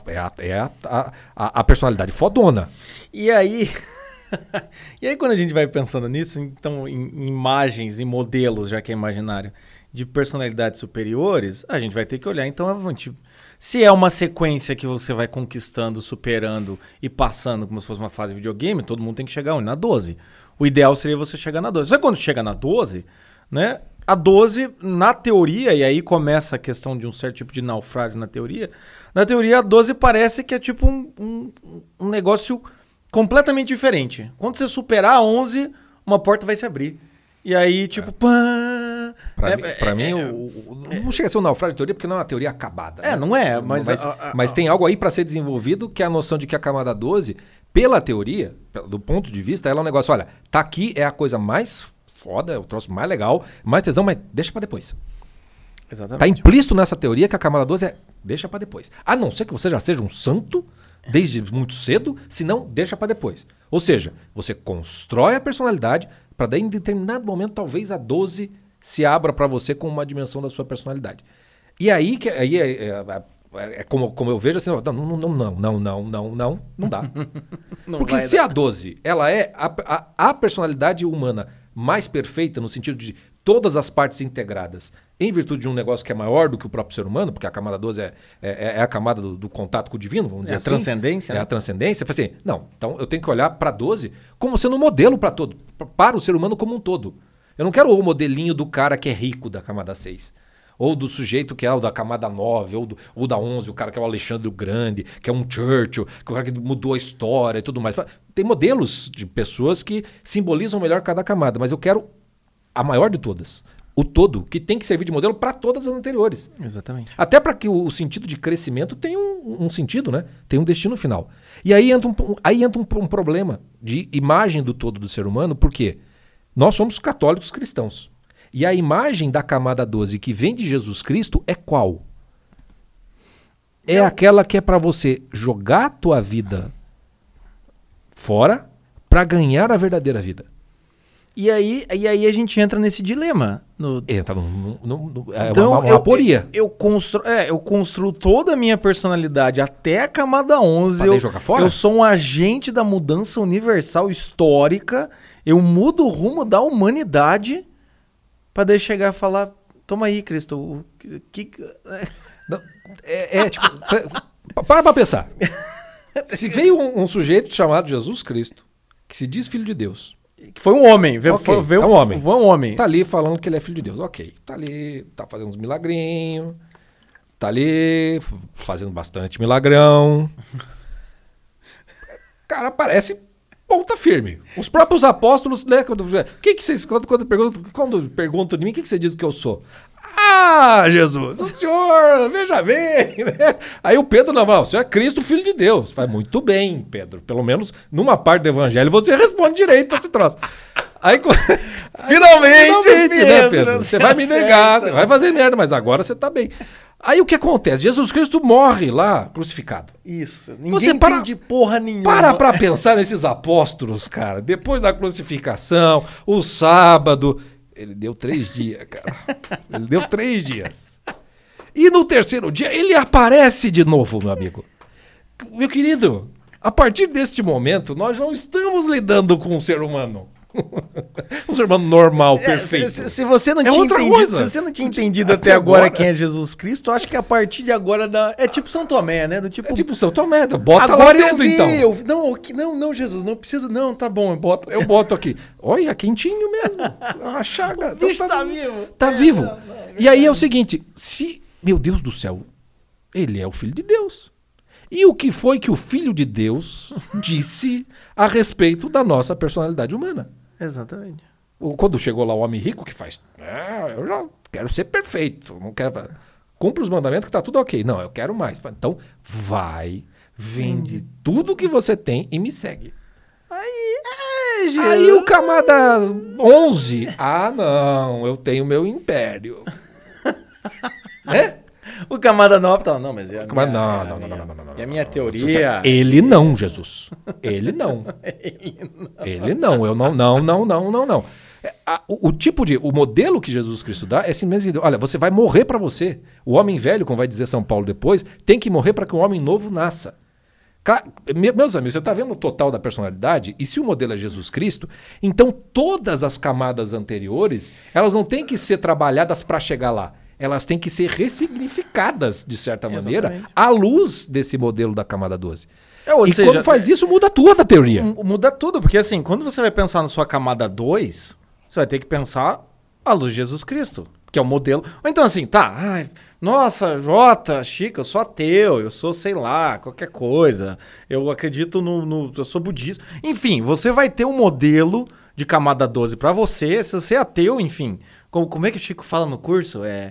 a personalidade fodona. E aí quando a gente vai pensando nisso, então em imagens e modelos, já que é imaginário, de personalidades superiores, a gente vai ter que olhar, então, se é uma sequência que você vai conquistando, superando e passando como se fosse uma fase de videogame, todo mundo tem que chegar na 12. O ideal seria você chegar na 12. Só que quando chega na 12, né? A 12, na teoria, e aí começa a questão de um certo tipo de naufrágio na teoria, a 12 parece que é tipo um negócio completamente diferente. Quando você superar a 11, uma porta vai se abrir. E aí, tipo, pã... Pra mim, não chega a ser um naufrágio de teoria, porque não é uma teoria acabada. Né? Não é, mas tem algo aí para ser desenvolvido, que é a noção de que a camada 12 pela teoria, do ponto de vista, ela é um negócio, olha, tá aqui, é a coisa mais foda, é o troço mais legal, mais tesão, mas deixa pra depois. Exatamente. Tá implícito nessa teoria que a camada 12 é deixa pra depois. A não ser que você já seja um santo desde muito cedo, se não, deixa pra depois. Ou seja, você constrói a personalidade para daí em determinado momento talvez a 12 se abra pra você com uma dimensão da sua personalidade. E aí é como eu vejo assim, não dá. Porque se a 12, ela é a personalidade humana mais perfeita no sentido de todas as partes integradas, em virtude de um negócio que é maior do que o próprio ser humano, porque a camada 12 é a camada do contato com o divino, vamos dizer assim. É a transcendência. É a transcendência. Eu falei assim, não, então eu tenho que olhar para a 12 como sendo um modelo para o ser humano como um todo. Eu não quero o modelinho do cara que é rico da camada 6. Ou do sujeito que é o da camada 9, ou da 11, o cara que é o Alexandre o Grande, que é um Churchill, que é o cara que mudou a história e tudo mais. Tem modelos de pessoas que simbolizam melhor cada camada, mas eu quero a maior de todas. O todo, que tem que servir de modelo para todas as anteriores. Exatamente. Até para que o sentido de crescimento tenha um sentido, né? Tem um destino final. E aí entra um problema de imagem do todo do ser humano, porque nós somos católicos cristãos. E a imagem da camada 12 que vem de Jesus Cristo é qual? É aquela que é para você jogar a tua vida fora para ganhar a verdadeira vida. E aí a gente entra nesse dilema. Entra então, uma aporia. Eu construo toda a minha personalidade até a camada 11. Pra jogar fora? Eu sou um agente da mudança universal histórica. Eu mudo o rumo da humanidade para daí chegar e falar, toma aí, Cristo. Tipo, para pensar. Se veio um sujeito chamado Jesus Cristo, que se diz filho de Deus, que foi um homem. É um homem. Foi um homem. Tá ali falando que ele é filho de Deus. Ok. Tá ali, tá fazendo uns milagrinhos. Tá ali fazendo bastante milagrão. Cara, parece ponta firme. Os próprios apóstolos, né? Quando perguntam de mim, o que você diz que eu sou? Ah, Jesus, o senhor, veja bem, né? Aí o Pedro, não, o senhor é Cristo, filho de Deus. Faz muito bem, Pedro. Pelo menos numa parte do evangelho você responde direito esse troço. Finalmente, Pedro, né, Pedro? Você vai me negar, você vai fazer merda, mas agora você tá bem. Aí o que acontece? Jesus Cristo morre lá, crucificado. Isso. Ninguém entende porra nenhuma. Para pensar nesses apóstolos, cara. Depois da crucificação, o sábado... Ele deu 3 dias, cara. Ele deu 3 dias. E no terceiro dia, ele aparece de novo, meu amigo. Meu querido, a partir deste momento, nós não estamos lidando com um ser humano. Um ser humano normal, perfeito. Se você não tinha entendido, se você não tinha entendido até agora quem é Jesus Cristo, acho que a partir de agora é tipo São Tomé, né? É tipo São Tomé, bota agora lá dentro, então. Não, Jesus, não preciso, não, tá bom, eu boto aqui. Olha, quentinho mesmo. A chaga. O bicho tá vivo. Tá vivo. E aí é o seguinte, meu Deus do céu, ele é o Filho de Deus. E o que foi que o Filho de Deus disse a respeito da nossa personalidade humana? Exatamente. Quando chegou lá o homem rico que faz, eu já quero ser perfeito, não quero, cumpre os mandamentos que tá tudo ok. Não, eu quero mais. Então vai, vende tudo que você tem e me segue. Aí o camada 11, não, eu tenho meu império. Né? O camada 9 tá, não, mas não. E a minha teoria... Ele não, Jesus. Ele não. Ele não. Eu não. O modelo que Jesus Cristo dá é simplesmente, olha, você vai morrer para você. O homem velho, como vai dizer São Paulo depois, tem que morrer para que um homem novo nasça. Meus amigos, você está vendo o total da personalidade? E se o modelo é Jesus Cristo, então todas as camadas anteriores, elas não têm que ser trabalhadas para chegar lá. Elas têm que ser ressignificadas, de certa maneira, à luz desse modelo da camada 12. Quando faz isso, muda toda a teoria. Muda tudo, porque assim, quando você vai pensar na sua camada 2, você vai ter que pensar à luz de Jesus Cristo, que é o modelo. Ou então assim, nossa, Jota, Chica, eu sou ateu, eu sou, sei lá, qualquer coisa. Eu acredito eu sou budista. Enfim, você vai ter um modelo de camada 12 para você, se você é ateu, enfim. Como é que o Chico fala no curso?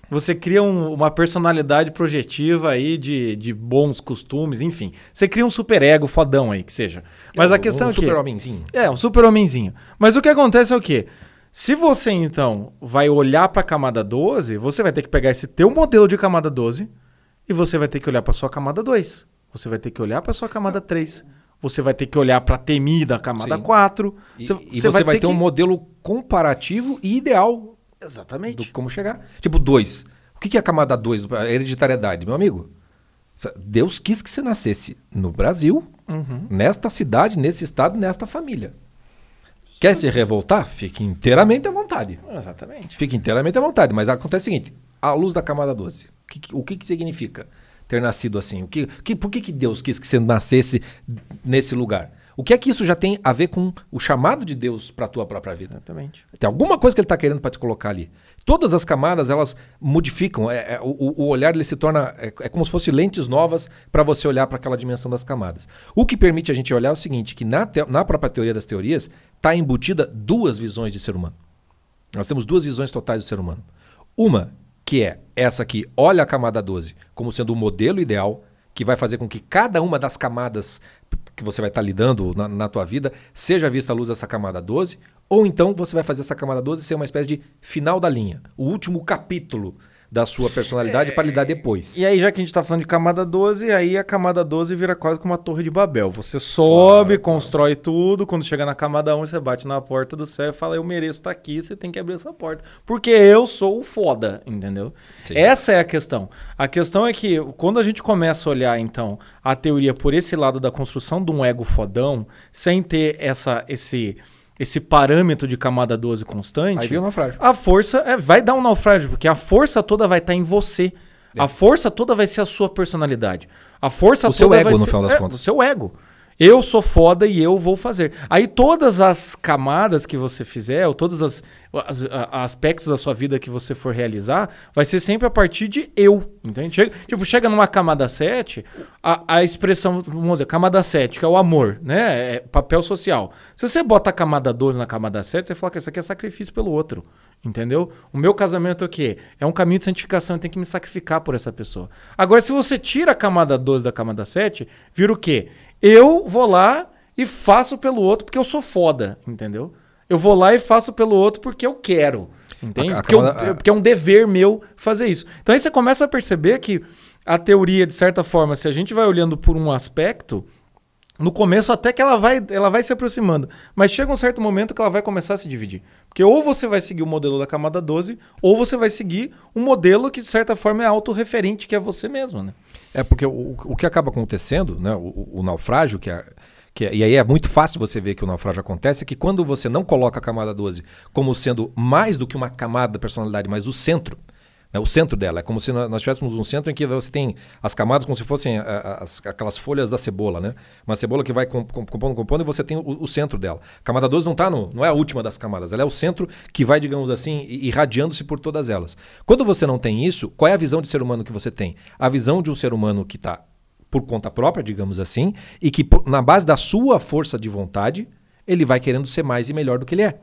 Você cria uma personalidade projetiva aí de bons costumes, enfim. Você cria um superego fodão aí, que seja. Mas a questão é o quê? Um super-homenzinho. Um super-homenzinho. Mas o que acontece é o quê? Se você, então, vai olhar para a camada 12, você vai ter que pegar esse teu modelo de camada 12 e você vai ter que olhar para sua camada 2. Você vai ter que olhar para sua camada 3. Você vai ter que olhar para a temida camada Sim. 4. E você vai ter um modelo comparativo e ideal. Exatamente. Do como chegar. Tipo, 2. O que é a camada 2? A hereditariedade, meu amigo. Deus quis que você nascesse no Brasil, nesta cidade, nesse estado, nesta família. Quer se revoltar? Fique inteiramente à vontade. Exatamente. Fique inteiramente à vontade. Mas acontece o seguinte, à luz da camada 12, o que significa ter nascido assim? Por que Deus quis que você nascesse nesse lugar? O que é que isso já tem a ver com o chamado de Deus para a tua própria vida? Exatamente. Tem alguma coisa que ele está querendo para te colocar ali. Todas as camadas, elas modificam. O olhar ele se torna... É como se fossem lentes novas para você olhar para aquela dimensão das camadas. O que permite a gente olhar é o seguinte, que na própria teoria das teorias está embutida duas visões de ser humano. Nós temos duas visões totais do ser humano. Uma, que é essa que olha a camada 12 como sendo o modelo ideal, que vai fazer com que cada uma das camadas que você vai estar lidando na tua vida seja vista à luz dessa camada 12, ou então você vai fazer essa camada 12 ser uma espécie de final da linha, o último capítulo da sua personalidade para lidar depois. E aí, já que a gente tá falando de camada 12, aí a camada 12 vira quase como uma torre de Babel. Você sobe, constrói tudo, quando chega na camada 1, você bate na porta do céu e fala, eu mereço estar aqui, você tem que abrir essa porta. Porque eu sou o foda, entendeu? Sim. Essa é a questão. A questão é que, quando a gente começa a olhar, então, a teoria por esse lado da construção de um ego fodão, sem ter esse parâmetro de camada 12 constante, aí vem o naufrágio. A força vai dar um naufrágio, porque a força toda vai estar em você. A força toda vai ser a sua personalidade. A força o toda seu ego, vai no ser, final das contas. O seu ego. Eu sou foda e eu vou fazer. Aí todas as camadas que você fizer, ou todos os aspectos da sua vida que você for realizar, vai ser sempre a partir de eu, entende? Chega numa camada 7, a expressão, vamos dizer, camada 7, que é o amor, né? É papel social. Se você bota a camada 12 na camada 7, você fala que isso aqui é sacrifício pelo outro, entendeu? O meu casamento é o quê? É um caminho de santificação, eu tenho que me sacrificar por essa pessoa. Agora, se você tira a camada 12 da camada 7, vira o quê? Eu vou lá e faço pelo outro porque eu sou foda, entendeu? Eu vou lá e faço pelo outro porque eu quero, entende? Porque é um dever meu fazer isso. Então aí você começa a perceber que a teoria, de certa forma, se a gente vai olhando por um aspecto, no começo até que ela vai se aproximando, mas chega um certo momento que ela vai começar a se dividir. Porque ou você vai seguir o modelo da camada 12, ou você vai seguir um modelo que, de certa forma, é autorreferente, que é você mesmo, né? Porque o que acaba acontecendo, né, o naufrágio, e aí é muito fácil você ver que o naufrágio acontece, é que quando você não coloca a camada 12 como sendo mais do que uma camada da personalidade, mas o centro, né, o centro dela, é como se nós tivéssemos um centro em que você tem as camadas como se fossem aquelas folhas da cebola, né? Uma cebola que vai compondo e você tem o centro dela. A camada 12 não é a última das camadas, ela é o centro que vai, digamos assim, irradiando-se por todas elas. Quando você não tem isso, qual é a visão de ser humano que você tem? A visão de um ser humano que está por conta própria, digamos assim, e que na base da sua força de vontade, ele vai querendo ser mais e melhor do que ele é.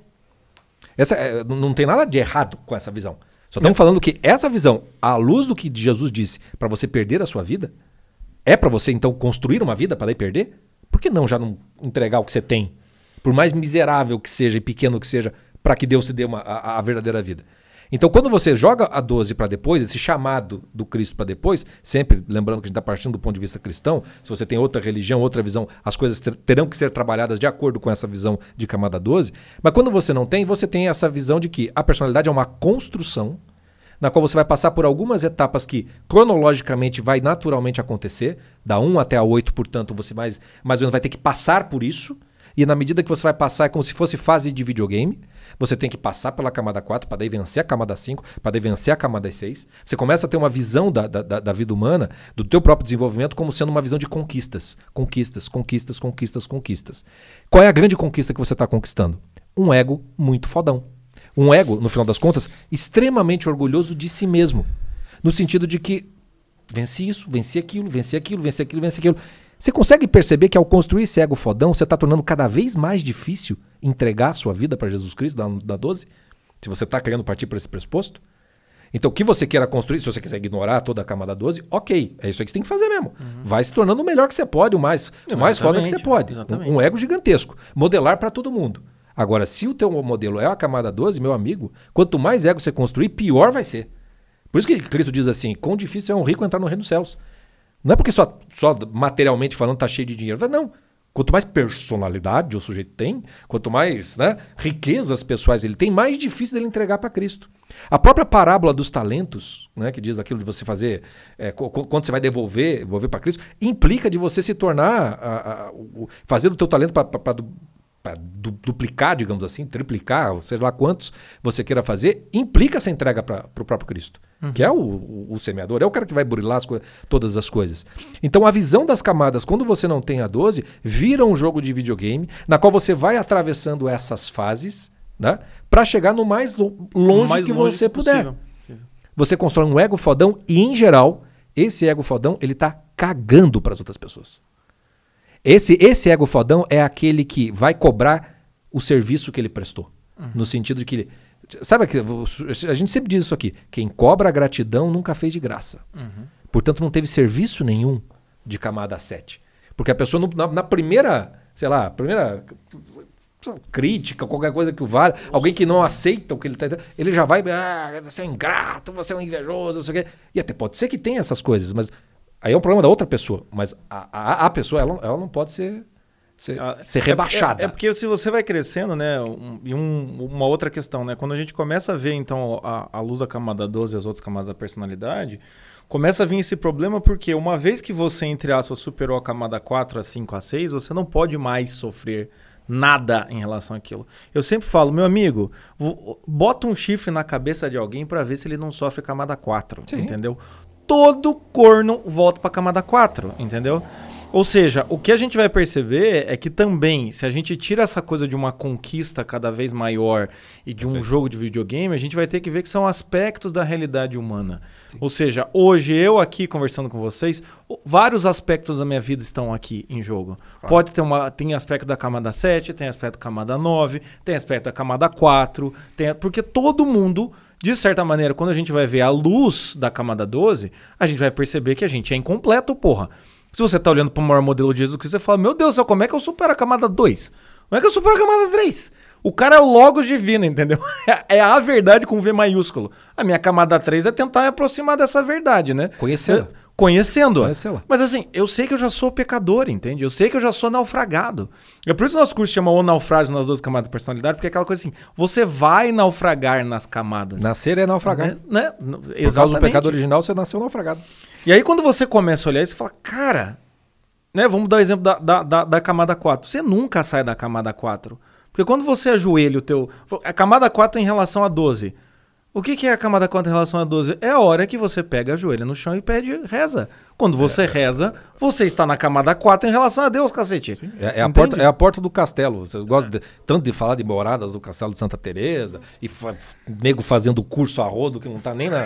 Não tem nada de errado com essa visão. Só estamos falando que essa visão, à luz do que Jesus disse, para você perder a sua vida, é para você então construir uma vida para daí perder? Por que não já não entregar o que você tem? Por mais miserável que seja e pequeno que seja, para que Deus te dê a verdadeira vida. Então, quando você joga a 12 para depois, esse chamado do Cristo para depois, sempre lembrando que a gente está partindo do ponto de vista cristão, se você tem outra religião, outra visão, as coisas terão que ser trabalhadas de acordo com essa visão de camada 12. Mas quando você não tem, você tem essa visão de que a personalidade é uma construção na qual você vai passar por algumas etapas que cronologicamente vai naturalmente acontecer, da 1 até a 8, portanto, você mais ou menos vai ter que passar por isso. E na medida que você vai passar, é como se fosse fase de videogame. Você tem que passar pela camada 4 para daí vencer a camada 5, para daí vencer a camada 6. Você começa a ter uma visão da vida humana, do teu próprio desenvolvimento, como sendo uma visão de conquistas. Conquistas, conquistas, conquistas, conquistas. Qual é a grande conquista que você está conquistando? Um ego muito fodão. Um ego, no final das contas, extremamente orgulhoso de si mesmo. No sentido de que venci isso, venci aquilo, venci aquilo, venci aquilo, venci aquilo. Você consegue perceber que ao construir esse ego fodão, você está tornando cada vez mais difícil entregar a sua vida para Jesus Cristo, da 12? Se você está querendo partir por esse pressuposto? Então, o que você queira construir, se você quiser ignorar toda a camada 12, ok. É isso aí que você tem que fazer mesmo. Vai se tornando o melhor que você pode, o mais foda que você pode. Um ego gigantesco. Modelar para todo mundo. Agora, se o teu modelo é a camada 12, meu amigo, quanto mais ego você construir, pior vai ser. Por isso que Cristo diz assim, quão difícil é um rico entrar no reino dos céus. Não é porque só materialmente falando tá cheio de dinheiro. Não. Quanto mais personalidade o sujeito tem, quanto mais, né, riquezas pessoais ele tem, mais difícil dele entregar para Cristo. A própria parábola dos talentos, né, que diz aquilo de você fazer, quando você vai devolver para Cristo, implica de você se tornar, fazer do teu talento para duplicar, digamos assim, triplicar, seja lá quantos você queira fazer, implica essa entrega para o próprio Cristo, que é o semeador, é o cara que vai burilar todas as coisas. Então a visão das camadas, quando você não tem a 12, vira um jogo de videogame, na qual você vai atravessando essas fases, né, para chegar no mais longe que você puder. Você constrói um ego fodão e, em geral, esse ego fodão, ele tá cagando para as outras pessoas. Esse ego fodão é aquele que vai cobrar o serviço que ele prestou. No sentido de que... Sabe, a gente sempre diz isso aqui. Quem cobra a gratidão nunca fez de graça. Portanto, não teve serviço nenhum de camada 7. Porque a pessoa, na primeira, sei lá, crítica, qualquer coisa que o vale, alguém que não aceita o que ele está... Ele já vai... você é um ingrato, você é um invejoso, não sei o quê. E até pode ser que tenha essas coisas, mas... Aí é um problema da outra pessoa, mas a pessoa ela não pode ser rebaixada. É porque se você vai crescendo, né? Uma outra questão, né? Quando a gente começa a ver, então, a luz da camada 12 e as outras camadas da personalidade, começa a vir esse problema porque uma vez que você, entre aspas, superou a camada 4, a 5, a 6, você não pode mais sofrer nada em relação àquilo. Eu sempre falo, meu amigo, bota um chifre na cabeça de alguém para ver se ele não sofre camada 4, entendeu? Todo corno volta para a camada 4, entendeu? Ou seja, o que a gente vai perceber é que também, se a gente tira essa coisa de uma conquista cada vez maior e de um jogo de videogame, a gente vai ter que ver que são aspectos da realidade humana. Sim. Ou seja, hoje eu aqui conversando com vocês, vários aspectos da minha vida estão aqui em jogo. Claro. Pode ter tem aspecto da camada 7, tem aspecto da camada 9, tem aspecto da camada 4, porque todo mundo... De certa maneira, quando a gente vai ver a luz da camada 12, a gente vai perceber que a gente é incompleto, porra. Se você tá olhando para o maior modelo de Jesus Cristo, você fala, meu Deus do céu, como é que eu supero a camada 2? Como é que eu supero a camada 3? O cara é o Logos divino, entendeu? É a verdade com V maiúsculo. A minha camada 3 é tentar me aproximar dessa verdade, né? Conhecendo-a. Mas assim, eu sei que eu já sou pecador, entende? Eu sei que eu já sou naufragado. É por isso que o nosso curso chama O Naufrágio nas 12 camadas da personalidade, porque é aquela coisa assim, você vai naufragar nas camadas. Nascer é naufragar. Né? Exatamente. Por causa do pecado original, você nasceu naufragado. E aí quando você começa a olhar isso, você fala, cara, né? Vamos dar o exemplo da camada 4. Você nunca sai da camada 4. Porque quando você ajoelha a camada 4 em relação a 12... O que é a camada 4 em relação a 12? É a hora que você pega a joelha no chão e reza. Quando você reza, você está na camada 4 em relação a Deus, cacete. É a porta do castelo. Você gosta tanto de falar de moradas do castelo de Santa Teresa e nego fazendo curso a rodo que não está nem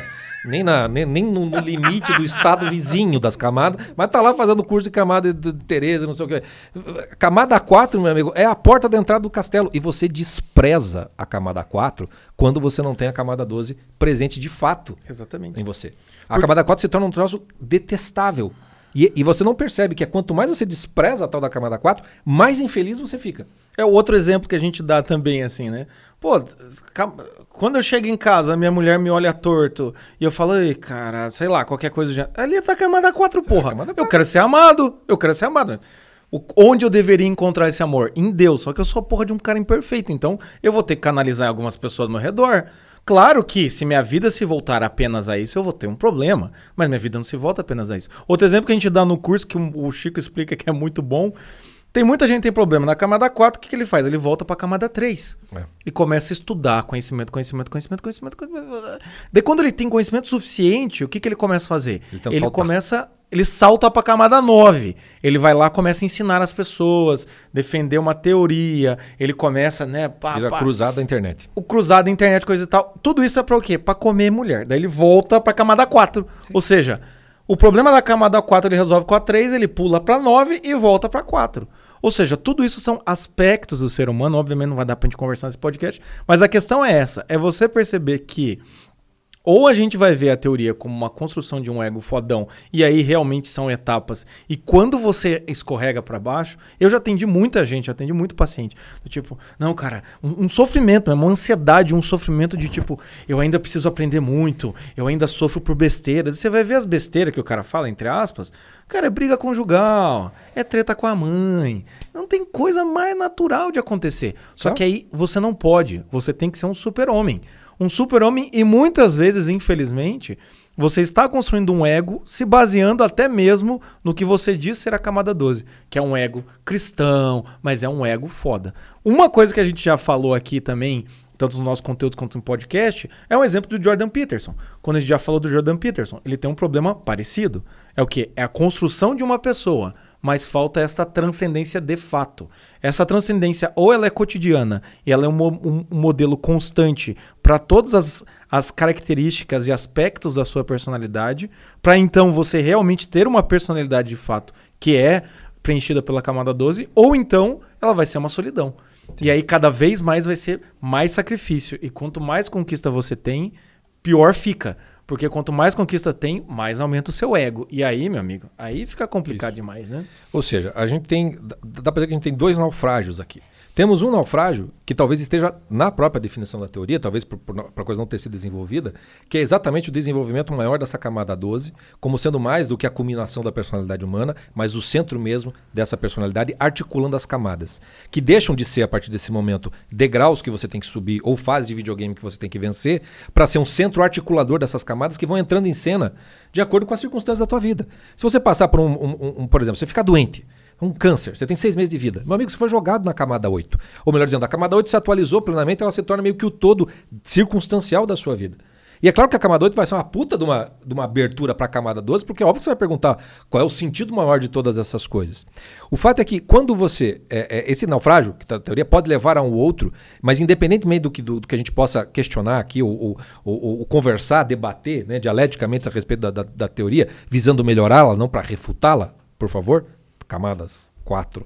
no limite do estado vizinho das camadas, mas tá lá fazendo curso de camada de Teresa, não sei o que. Camada 4, meu amigo, é a porta da entrada do castelo. E você despreza a camada 4 quando você não tem a camada 12 presente de fato. Exatamente. Em você. A camada 4 se torna um troço detestável. E você não percebe que quanto mais você despreza a tal da camada 4, mais infeliz você fica. É outro exemplo que a gente dá também, assim, né? Pô, quando eu chego em casa, a minha mulher me olha torto e eu falo, ei, cara, sei lá, qualquer coisa já. Ali tá a camada 4, porra. Eu quero ser amado. Onde eu deveria encontrar esse amor? Em Deus. Só que eu sou a porra de um cara imperfeito. Então, eu vou ter que canalizar algumas pessoas ao meu redor. Claro que se minha vida se voltar apenas a isso, eu vou ter um problema. Mas minha vida não se volta apenas a isso. Outro exemplo que a gente dá no curso, que o Chico explica que é muito bom. Tem muita gente que tem problema. Na camada 4, o que ele faz? Ele volta pra camada 3. E começa a estudar conhecimento. Daí quando ele tem conhecimento suficiente, o que ele começa a fazer? Ele salta pra camada 9. Ele vai lá, começa a ensinar as pessoas, defender uma teoria. Ele começa, né? Vira cruzado da internet. O cruzado da internet, coisa e tal. Tudo isso é pra o quê? Pra comer mulher. Daí ele volta pra camada 4. Sim. Ou seja, o problema da camada 4 ele resolve com a 3, ele pula pra 9 e volta pra 4. Ou seja, tudo isso são aspectos do ser humano. Obviamente não vai dar pra gente conversar nesse podcast. Mas a questão é essa. É você perceber que Ou a gente vai ver a teoria como uma construção de um ego fodão, e aí realmente são etapas. E quando você escorrega pra baixo, eu já atendi muita gente, já atendi muito paciente. Do tipo, não, cara, um sofrimento, uma ansiedade, um sofrimento de tipo, eu ainda preciso aprender muito, eu ainda sofro por besteira. Você vai ver as besteiras que o cara fala, entre aspas, cara, é briga conjugal, é treta com a mãe. Não tem coisa mais natural de acontecer. Só que aí você não pode, você tem que ser um super-homem. Um super-homem e muitas vezes, infelizmente, você está construindo um ego se baseando até mesmo no que você diz ser a camada 12, que é um ego cristão, mas é um ego foda. Uma coisa que a gente já falou aqui também, tanto nos nossos conteúdos quanto no podcast, é um exemplo do Jordan Peterson. Quando a gente já falou do Jordan Peterson, ele tem um problema parecido. É o quê? É a construção de uma pessoa, mas falta essa transcendência de fato. Essa transcendência ou ela é cotidiana e ela é um modelo constante para todas as características e aspectos da sua personalidade, para então você realmente ter uma personalidade de fato que é preenchida pela camada 12, ou então ela vai ser uma solidão. Sim. E aí cada vez mais vai ser mais sacrifício. E quanto mais conquista você tem, pior fica. Porque quanto mais conquista tem, mais aumenta o seu ego. E aí, meu amigo, aí fica complicado demais, né? Ou seja, a gente tem, dá para dizer que a gente tem 2 naufrágios aqui. Temos um naufrágio que talvez esteja na própria definição da teoria, talvez por a coisa não ter sido desenvolvida, que é exatamente o desenvolvimento maior dessa camada 12, como sendo mais do que a culminação da personalidade humana, mas o centro mesmo dessa personalidade, articulando as camadas, que deixam de ser, a partir desse momento, degraus que você tem que subir ou fase de videogame que você tem que vencer, para ser um centro articulador dessas camadas que vão entrando em cena de acordo com as circunstâncias da tua vida. Se você passar por por exemplo, você ficar doente, um câncer, você tem 6 meses de vida. Meu amigo, você foi jogado na camada 8. Ou melhor dizendo, a camada 8 se atualizou plenamente, ela se torna meio que o todo circunstancial da sua vida. E é claro que a camada 8 vai ser uma puta de uma abertura para a camada 12, porque é óbvio que você vai perguntar qual é o sentido maior de todas essas coisas. O fato é que quando você... esse naufrágio, que tá na teoria, pode levar a um outro, mas independentemente do que a gente possa questionar aqui, ou conversar, debater, né, dialeticamente a respeito da teoria, visando melhorá-la, não para refutá-la, por favor, camadas 4,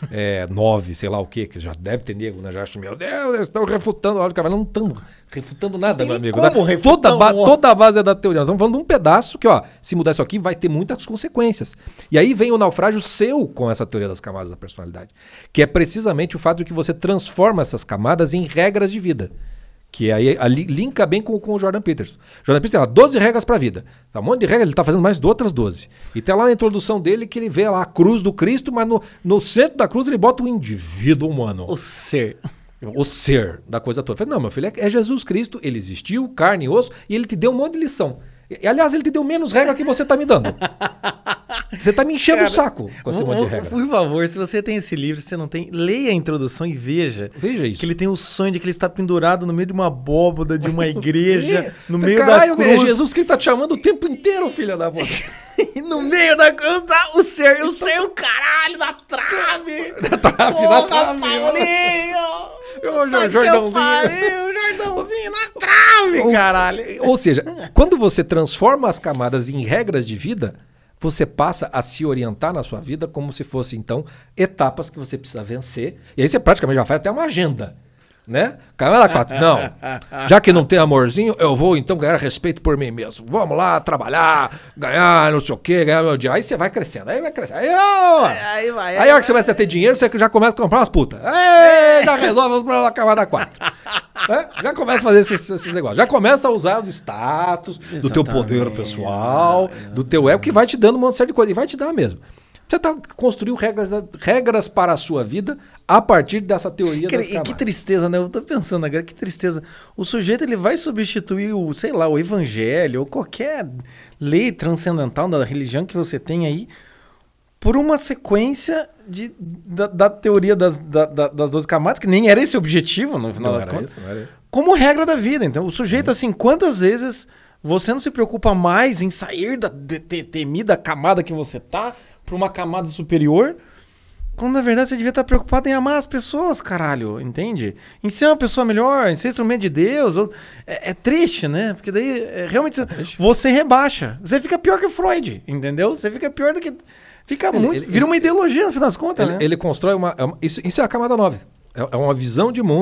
9, sei lá o quê, que já deve ter nego, né? Já acho, meu Deus, eles estão refutando. Não estão refutando nada, meu amigo. Né? Toda a base é da teoria. Nós estamos falando de um pedaço que, ó, se mudar isso aqui, vai ter muitas consequências. E aí vem o naufrágio seu com essa teoria das camadas da personalidade, que é precisamente o fato de que você transforma essas camadas em regras de vida. Que aí linka bem com o Jordan Peterson. Jordan Peterson tem lá 12 regras para a vida. Tá, um monte de regras, ele está fazendo mais de outras 12. E tem lá na introdução dele que ele vê lá a cruz do Cristo, mas no centro da cruz ele bota o indivíduo humano. O ser. O ser da coisa toda. Eu falei, não, meu filho, é Jesus Cristo, ele existiu, carne e osso, e ele te deu um monte de lição. E, aliás, ele te deu menos regra que você está me dando. Você está me enchendo o saco com esse monte de regra. Por favor, se você tem esse livro, se você não tem, leia a introdução e veja. Veja isso. Que ele tem o sonho de que ele está pendurado no meio de uma abóboda de uma igreja, no meio da cruz. Jesus Cristo está te chamando o tempo inteiro, filha da puta. E no meio da cruz tá o ser, o ser, o caralho, na trave. Na trave. Paulinho. Jordãozinho na trave, caralho. Ou seja, quando você transforma as camadas em regras de vida, você passa a se orientar na sua vida como se fossem, então, etapas que você precisa vencer. E aí você praticamente já faz até uma agenda. Né? Camada 4, não. Já que não tem amorzinho, eu vou então ganhar respeito por mim mesmo. Vamos lá, trabalhar, ganhar não sei o que, ganhar meu dinheiro. Aí você vai crescendo, aí vai crescendo. Aí a hora que você vai ter dinheiro, você já começa a comprar umas putas. Já resolve os problemas da camada 4. Já começa a fazer esses negócios. Já começa a usar do status, do teu poder pessoal, do teu ego, que vai te dando uma série de coisas. E vai te dar mesmo. Você construiu regras para a sua vida a partir dessa teoria das camadas. Que tristeza, né? Eu tô pensando agora, que tristeza. O sujeito ele vai substituir o, sei lá, o evangelho ou qualquer lei transcendental da religião que você tem aí por uma sequência da teoria das 12 camadas, que nem era esse o objetivo, no final das contas. Não era isso. Como regra da vida. Então, o sujeito, assim, quantas vezes você não se preocupa mais em sair da temida camada que você tá para uma camada superior, quando na verdade você devia estar preocupado em amar as pessoas, caralho, entende? Em ser uma pessoa melhor, em ser instrumento de Deus. É triste, né? Porque daí realmente você rebaixa. Você fica pior que Freud, entendeu? Você fica pior do que... Vira uma ideologia no fim das contas, né? Ele constrói isso é a camada 9. É uma visão de mundo,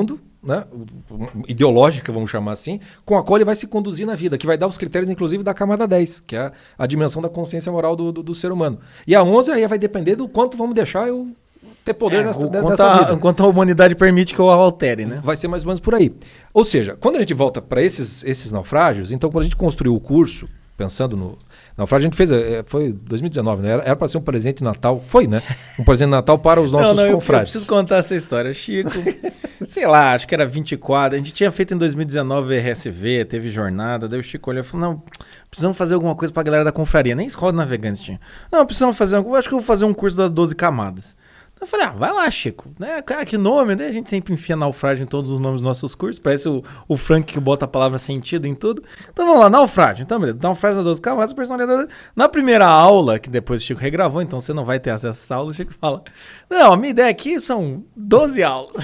né, ideológica, vamos chamar assim, com a qual ele vai se conduzir na vida, que vai dar os critérios, inclusive, da camada 10, que é a dimensão da consciência moral do ser humano. E a 11 aí vai depender do quanto vamos deixar eu ter poder nessa vida. Enquanto a humanidade permite que eu altere, né? Vai ser mais ou menos por aí. Ou seja, quando a gente volta para esses naufrágios, então quando a gente construiu o curso, pensando no naufrágio, a gente fez, foi 2019, né? Era para ser um presente de Natal, foi, né? Um presente de Natal para os nossos confrades. Eu preciso contar essa história. Chico, sei lá, acho que era 24, a gente tinha feito em 2019 RSV, teve jornada, daí o Chico olhou e falou, não, precisamos fazer alguma coisa para a galera da confraria, nem escola de navegantes tinha. Não, precisamos fazer, acho que eu vou fazer um curso das 12 camadas. Eu falei, vai lá, Chico. Né? Cara, que nome, né? A gente sempre enfia naufrágio em todos os nomes dos nossos cursos. Parece o Frank que bota a palavra sentido em tudo. Então vamos lá, naufrágio. Então, beleza. Naufrágio das 12 camadas, personalidade. Na primeira aula, que depois o Chico regravou, então você não vai ter acesso a essa aula, o Chico fala, não, a minha ideia aqui são 12 aulas.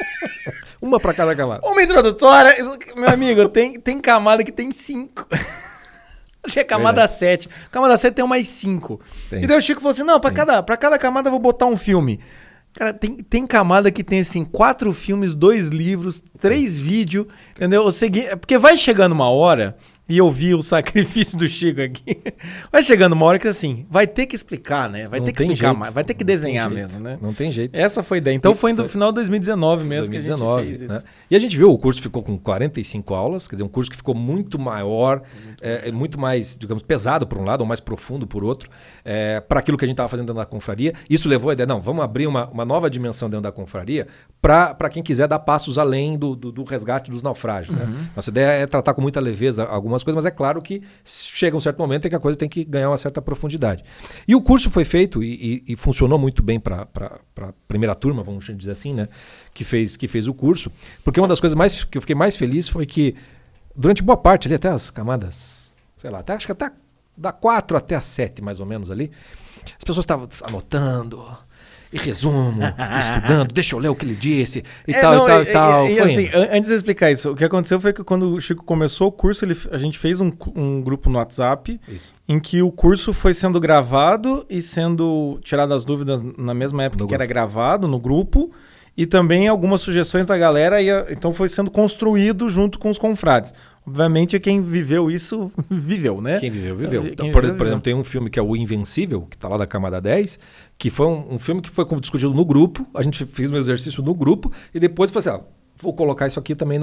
Uma para cada camada. Uma introdutória. Meu amigo, tem camada que tem 5. Achei camada 7. Camada 7 tem um mais 5. E daí o Chico falou assim, não, pra cada camada eu vou botar um filme. Cara, tem camada que tem assim 4 filmes, 2 livros, 3 vídeos, entendeu? Porque vai chegando uma hora, e eu vi o sacrifício do Chico aqui, vai chegando uma hora que assim, vai ter que explicar, né? Vai ter que explicar mais, vai ter que desenhar mesmo, né? Não tem jeito. Essa foi a ideia. Então foi no final de 2019 mesmo 2019, que a gente fez isso. Né? E a gente viu, o curso ficou com 45 aulas, quer dizer, um curso que ficou muito maior, muito mais, digamos, pesado por um lado, ou mais profundo por outro, para aquilo que a gente estava fazendo dentro da confraria. Isso levou a ideia, não, vamos abrir uma nova dimensão dentro da confraria para quem quiser dar passos além do resgate dos naufrágios. Né? Nossa ideia é tratar com muita leveza algumas coisas, mas é claro que chega um certo momento em que a coisa tem que ganhar uma certa profundidade. E o curso foi feito e funcionou muito bem para a primeira turma, vamos dizer assim, né? que fez o curso, porque uma das coisas que eu fiquei mais feliz foi que durante boa parte ali, até as camadas, sei lá, acho que até da 4 até a 7 mais ou menos ali, as pessoas estavam anotando e resumo, estudando, deixa eu ler o que ele disse e tal. E assim, antes de explicar isso, o que aconteceu foi que quando o Chico começou o curso, a gente fez um grupo no WhatsApp em que o curso foi sendo gravado e sendo tirado as dúvidas na mesma época que era gravado no grupo, e também algumas sugestões da galera, então foi sendo construído junto com os confrades. Obviamente, quem viveu isso, viveu, né? Quem viveu. Então, por exemplo, tem um filme que é o Invencível, que está lá da camada 10, que foi um filme que foi discutido no grupo, a gente fez um exercício no grupo, e depois foi assim, vou colocar isso aqui também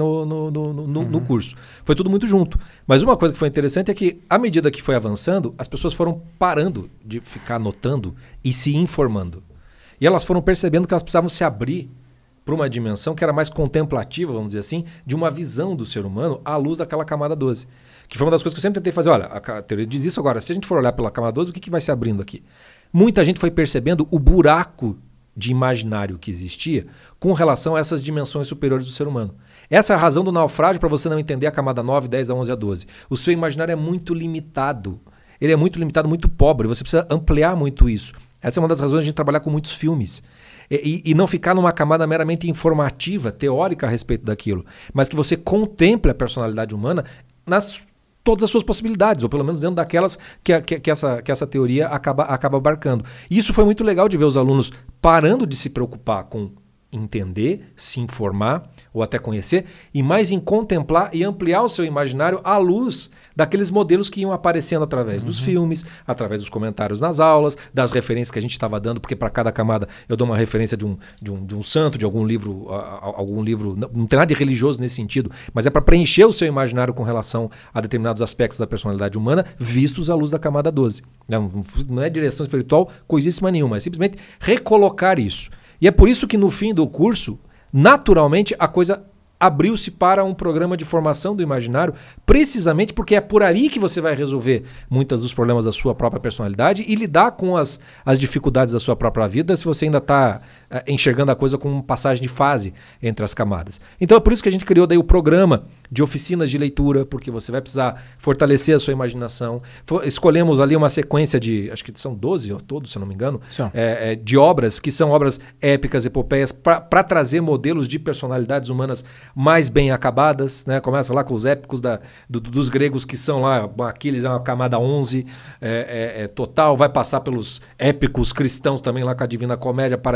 no curso. Foi tudo muito junto. Mas uma coisa que foi interessante é que, à medida que foi avançando, as pessoas foram parando de ficar anotando e se informando. E elas foram percebendo que elas precisavam se abrir para uma dimensão que era mais contemplativa, vamos dizer assim, de uma visão do ser humano à luz daquela camada 12. Que foi uma das coisas que eu sempre tentei fazer. Olha, a teoria diz isso agora. Se a gente for olhar pela camada 12, o que vai se abrindo aqui? Muita gente foi percebendo o buraco de imaginário que existia com relação a essas dimensões superiores do ser humano. Essa é a razão do naufrágio para você não entender a camada 9, 10, a 11 a 12. O seu imaginário é muito limitado. Ele é muito limitado, muito pobre. Você precisa ampliar muito isso. Essa é uma das razões de a gente trabalhar com muitos filmes. E não ficar numa camada meramente informativa, teórica a respeito daquilo, mas que você contemple a personalidade humana todas as suas possibilidades, ou pelo menos dentro daquelas que essa teoria acaba abarcando. E isso foi muito legal de ver os alunos parando de se preocupar com entender, se informar ou até conhecer, e mais em contemplar e ampliar o seu imaginário à luz daqueles modelos que iam aparecendo através dos filmes, através dos comentários nas aulas, das referências que a gente estava dando, porque para cada camada eu dou uma referência de um santo, de algum livro, não tem nada de religioso nesse sentido, mas é para preencher o seu imaginário com relação a determinados aspectos da personalidade humana, vistos à luz da camada 12. Não é direção espiritual coisíssima nenhuma, é simplesmente recolocar isso. E é por isso que no fim do curso, naturalmente, a coisa abriu-se para um programa de formação do imaginário, precisamente porque é por aí que você vai resolver muitos dos problemas da sua própria personalidade e lidar com as dificuldades da sua própria vida se você ainda está enxergando a coisa com passagem de fase entre as camadas. Então é por isso que a gente criou daí o programa de oficinas de leitura, porque você vai precisar fortalecer a sua imaginação. Escolhemos ali uma sequência de, acho que são 12 ou todos, se eu não me engano, de obras, que são obras épicas, epopeias, para trazer modelos de personalidades humanas mais bem acabadas, né? Começa lá com os épicos dos gregos, que são lá, Aquiles é uma camada 11 total, vai passar pelos épicos cristãos também lá com a Divina Comédia, Paraíso Perdido,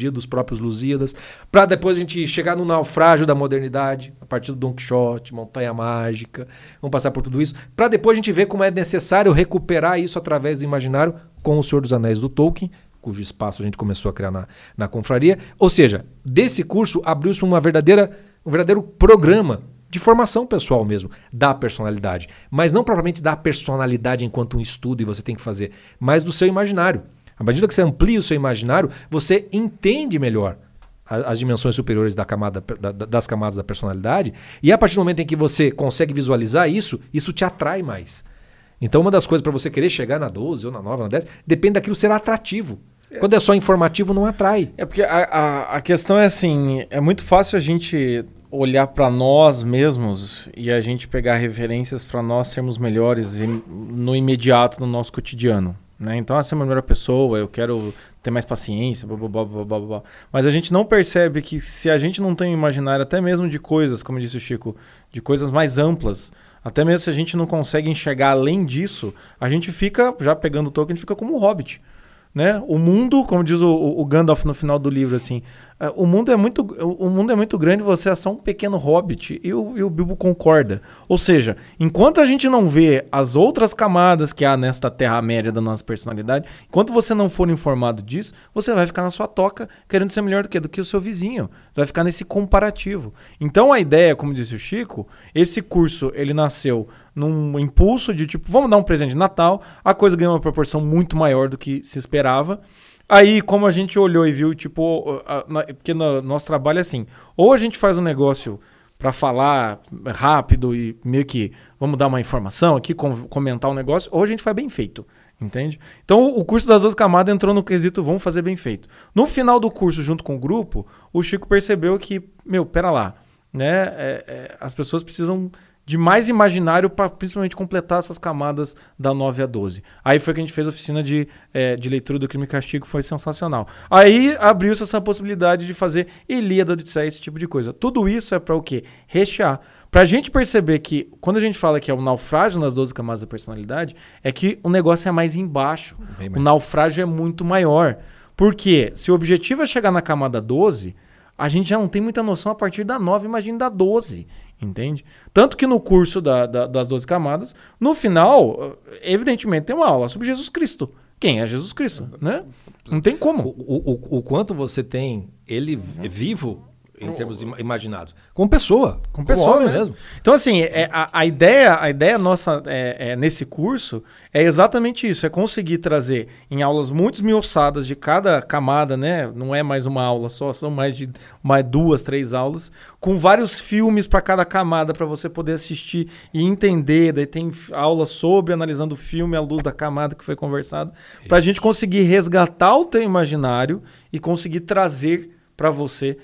mitologia dos próprios Lusíadas, para depois a gente chegar no naufrágio da modernidade, a partir do Don Quixote, Montanha Mágica, vamos passar por tudo isso, para depois a gente ver como é necessário recuperar isso através do imaginário com O Senhor dos Anéis do Tolkien, cujo espaço a gente começou a criar na confraria. Ou seja, desse curso abriu-se um verdadeiro programa de formação pessoal mesmo, da personalidade. Mas não propriamente da personalidade enquanto um estudo e você tem que fazer, mas do seu imaginário. À medida que você amplia o seu imaginário, você entende melhor as dimensões superiores das camadas da personalidade, e a partir do momento em que você consegue visualizar isso te atrai mais. Então uma das coisas para você querer chegar na 12 ou na 9, na 10, depende daquilo ser atrativo. Quando é só informativo, não atrai. É porque a questão é assim, é muito fácil a gente olhar para nós mesmos e a gente pegar referências para nós sermos melhores no imediato, no nosso cotidiano. Né? Então, ser uma melhor pessoa, eu quero ter mais paciência, blá, blá, blá, blá, blá. Mas a gente não percebe que se a gente não tem um imaginário até mesmo de coisas, como disse o Chico, de coisas mais amplas, até mesmo se a gente não consegue enxergar além disso, a gente fica, já pegando o Tolkien, a gente fica como um hobbit. Né? O mundo, como diz o Gandalf no final do livro, assim, o mundo é muito grande, você é só um pequeno hobbit, e o Bilbo concorda. Ou seja, enquanto a gente não vê as outras camadas que há nesta Terra-média da nossa personalidade, enquanto você não for informado disso, você vai ficar na sua toca querendo ser melhor do que o seu vizinho. Você vai ficar nesse comparativo. Então a ideia, como disse o Chico, esse curso ele nasceu num impulso de tipo, vamos dar um presente de Natal, a coisa ganhou uma proporção muito maior do que se esperava. Aí, como a gente olhou e viu, tipo, porque no nosso trabalho é assim, ou a gente faz um negócio para falar rápido e meio que vamos dar uma informação aqui, comentar um negócio, ou a gente faz bem feito, entende? Então, o curso das 12 camadas entrou no quesito, vamos fazer bem feito. No final do curso, junto com o grupo, o Chico percebeu que, pera lá, né? As pessoas precisam de mais imaginário para principalmente completar essas camadas da 9 a 12. Aí foi que a gente fez a oficina de leitura do Crime e Castigo, foi sensacional. Aí abriu-se essa possibilidade de fazer Ilíada, Odisseia, esse tipo de coisa. Tudo isso é para o quê? Rechear. Para a gente perceber que, quando a gente fala que é o naufrágio nas 12 camadas da personalidade, é que o negócio é mais embaixo. O naufrágio é muito maior. Porque se o objetivo é chegar na camada 12, a gente já não tem muita noção a partir da 9, imagina da 12. Entende? Tanto que no curso das 12 camadas, no final, evidentemente, tem uma aula sobre Jesus Cristo. Quem é Jesus Cristo? Né? Não tem como. O quanto você tem ele vivo em termos imaginados. Como pessoa. Como pessoa homem mesmo. Então, assim, a ideia nossa nesse curso é exatamente isso. É conseguir trazer em aulas muito esmiuçadas de cada camada, né? Não é mais uma aula só, são mais 2, 3 aulas, com vários filmes para cada camada para você poder assistir e entender. Daí tem aula sobre analisando o filme à luz da camada que foi conversado, para a gente conseguir resgatar o teu imaginário e conseguir trazer para você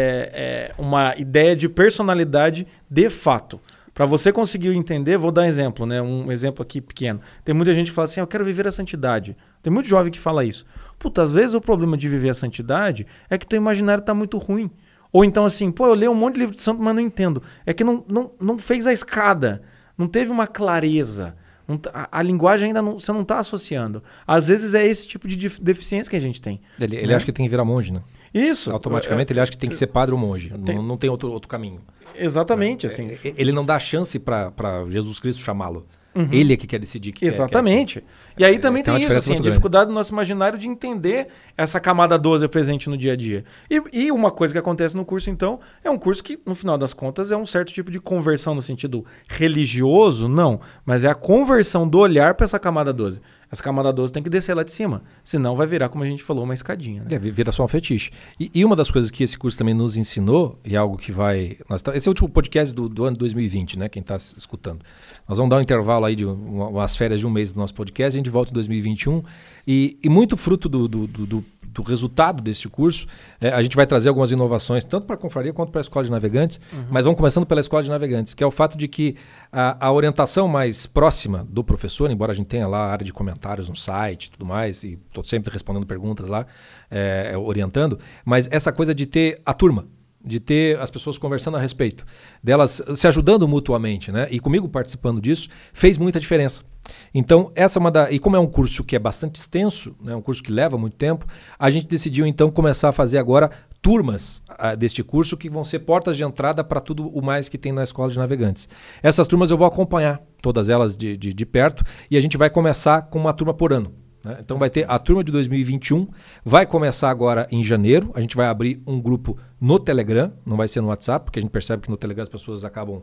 uma ideia de personalidade de fato. Para você conseguir entender, vou dar um exemplo, né? Um exemplo aqui pequeno. Tem muita gente que fala assim, eu quero viver a santidade. Tem muito jovem que fala isso. Puta, às vezes o problema de viver a santidade é que teu imaginário está muito ruim. Ou então assim, eu leio um monte de livro de santo, mas não entendo. É que não fez a escada, não teve uma clareza. A linguagem ainda você não está associando. Às vezes é esse tipo de deficiência que a gente tem. Ele acha que tem que virar monge, né? Isso. Automaticamente ele acha que tem que ser padre ou monge. Não tem outro caminho. Exatamente. Assim. Ele não dá chance para Jesus Cristo chamá-lo. Uhum. Ele é que quer decidir que exatamente. E aí também tem isso, assim, a dificuldade do nosso imaginário de entender essa camada 12 presente no dia a dia. E uma coisa que acontece no curso, então, é um curso que, no final das contas, é um certo tipo de conversão no sentido religioso, não, mas é a conversão do olhar para essa camada 12. Essa camada 12 tem que descer lá de cima, senão vai virar, como a gente falou, uma escadinha. Né? Vira só um fetiche. E uma das coisas que esse curso também nos ensinou, e algo que vai... Esse é o último podcast do ano 2020, né? Quem está escutando. Nós vamos dar um intervalo aí de umas férias de um mês do nosso podcast, a gente volta em 2021. E muito fruto do resultado desse curso, a gente vai trazer algumas inovações, tanto para a confraria quanto para a Escola de Navegantes, mas vamos começando pela Escola de Navegantes, que é o fato de que a orientação mais próxima do professor, embora a gente tenha lá a área de comentários no site e tudo mais, e estou sempre respondendo perguntas lá, orientando, mas essa coisa de ter a turma. de ter as pessoas conversando a respeito, delas se ajudando mutuamente, né? E comigo participando disso, fez muita diferença. Então, essa é uma e como é um curso que é bastante extenso, né, um curso que leva muito tempo, a gente decidiu então começar a fazer agora turmas deste curso que vão ser portas de entrada para tudo o mais que tem na Escola de Navegantes. Essas turmas eu vou acompanhar, todas elas de perto, e a gente vai começar com uma turma por ano. Então vai ter a turma de 2021, vai começar agora em janeiro, a gente vai abrir um grupo no Telegram, não vai ser no WhatsApp, porque a gente percebe que no Telegram as pessoas acabam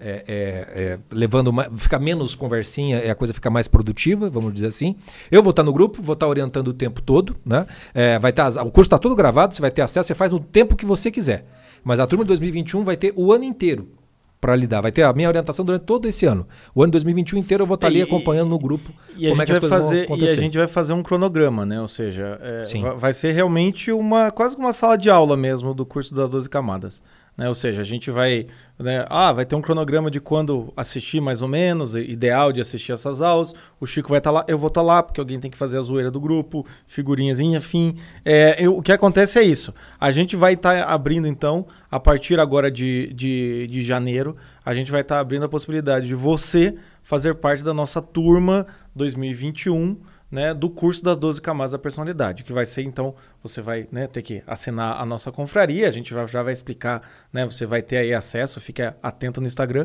levando, fica menos conversinha e a coisa fica mais produtiva, vamos dizer assim. Eu vou estar no grupo, vou estar orientando o tempo todo, né? O curso está todo gravado, você vai ter acesso, você faz no tempo que você quiser. Mas a turma de 2021 vai ter o ano inteiro para lidar. Vai ter a minha orientação durante todo esse ano. O ano de 2021 inteiro eu vou estar ali acompanhando no grupo como é que as coisas vão acontecer. E a gente vai fazer um cronograma, né? Ou seja, vai ser realmente quase uma sala de aula mesmo do curso das 12 camadas. Né? Ou seja, a gente vai... Né? Vai ter um cronograma de quando assistir mais ou menos, ideal de assistir essas aulas. O Chico vai estar lá, eu vou estar lá, porque alguém tem que fazer a zoeira do grupo, figurinhas, enfim. O que acontece é isso. A gente vai estar abrindo, então, a partir agora de janeiro, a gente vai estar abrindo a possibilidade de você fazer parte da nossa turma 2021, né, do curso das 12 camadas da personalidade, que vai ser, então, você vai, né, ter que assinar a nossa confraria, a gente já vai explicar, né, você vai ter aí acesso, fique atento no Instagram,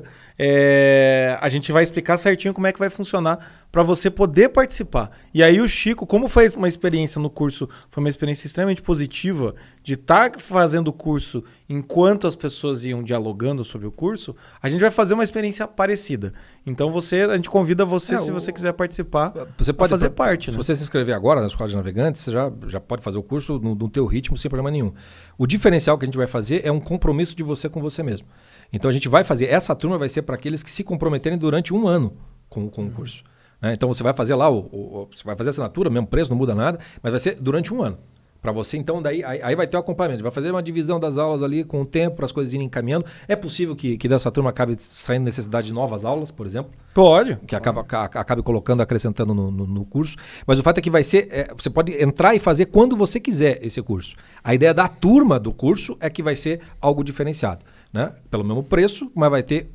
a gente vai explicar certinho como é que vai funcionar para você poder participar. E aí o Chico, como foi uma experiência no curso, foi uma experiência extremamente positiva de estar fazendo o curso enquanto as pessoas iam dialogando sobre o curso, a gente vai fazer uma experiência parecida. Então a gente convida você, se você quiser participar, você pode fazer parte. Se né? você se inscrever agora na Escola de Navegantes, você já pode fazer o curso no teu ritmo sem problema nenhum. O diferencial que a gente vai fazer é um compromisso de você com você mesmo. Então a gente vai fazer, essa turma vai ser para aqueles que se comprometerem durante um ano com o curso. Então você vai fazer lá, você vai fazer a assinatura, mesmo preço, não muda nada, mas vai ser durante um ano. Para você, então, aí vai ter o acompanhamento. Vai fazer uma divisão das aulas ali com o tempo, para as coisas irem encaminhando. É possível que dessa turma acabe saindo necessidade de novas aulas, por exemplo? Pode. Que acabe colocando, acrescentando no curso. Mas o fato é que vai ser... você pode entrar e fazer quando você quiser esse curso. A ideia da turma do curso é que vai ser algo diferenciado. Né? Pelo mesmo preço, mas vai ter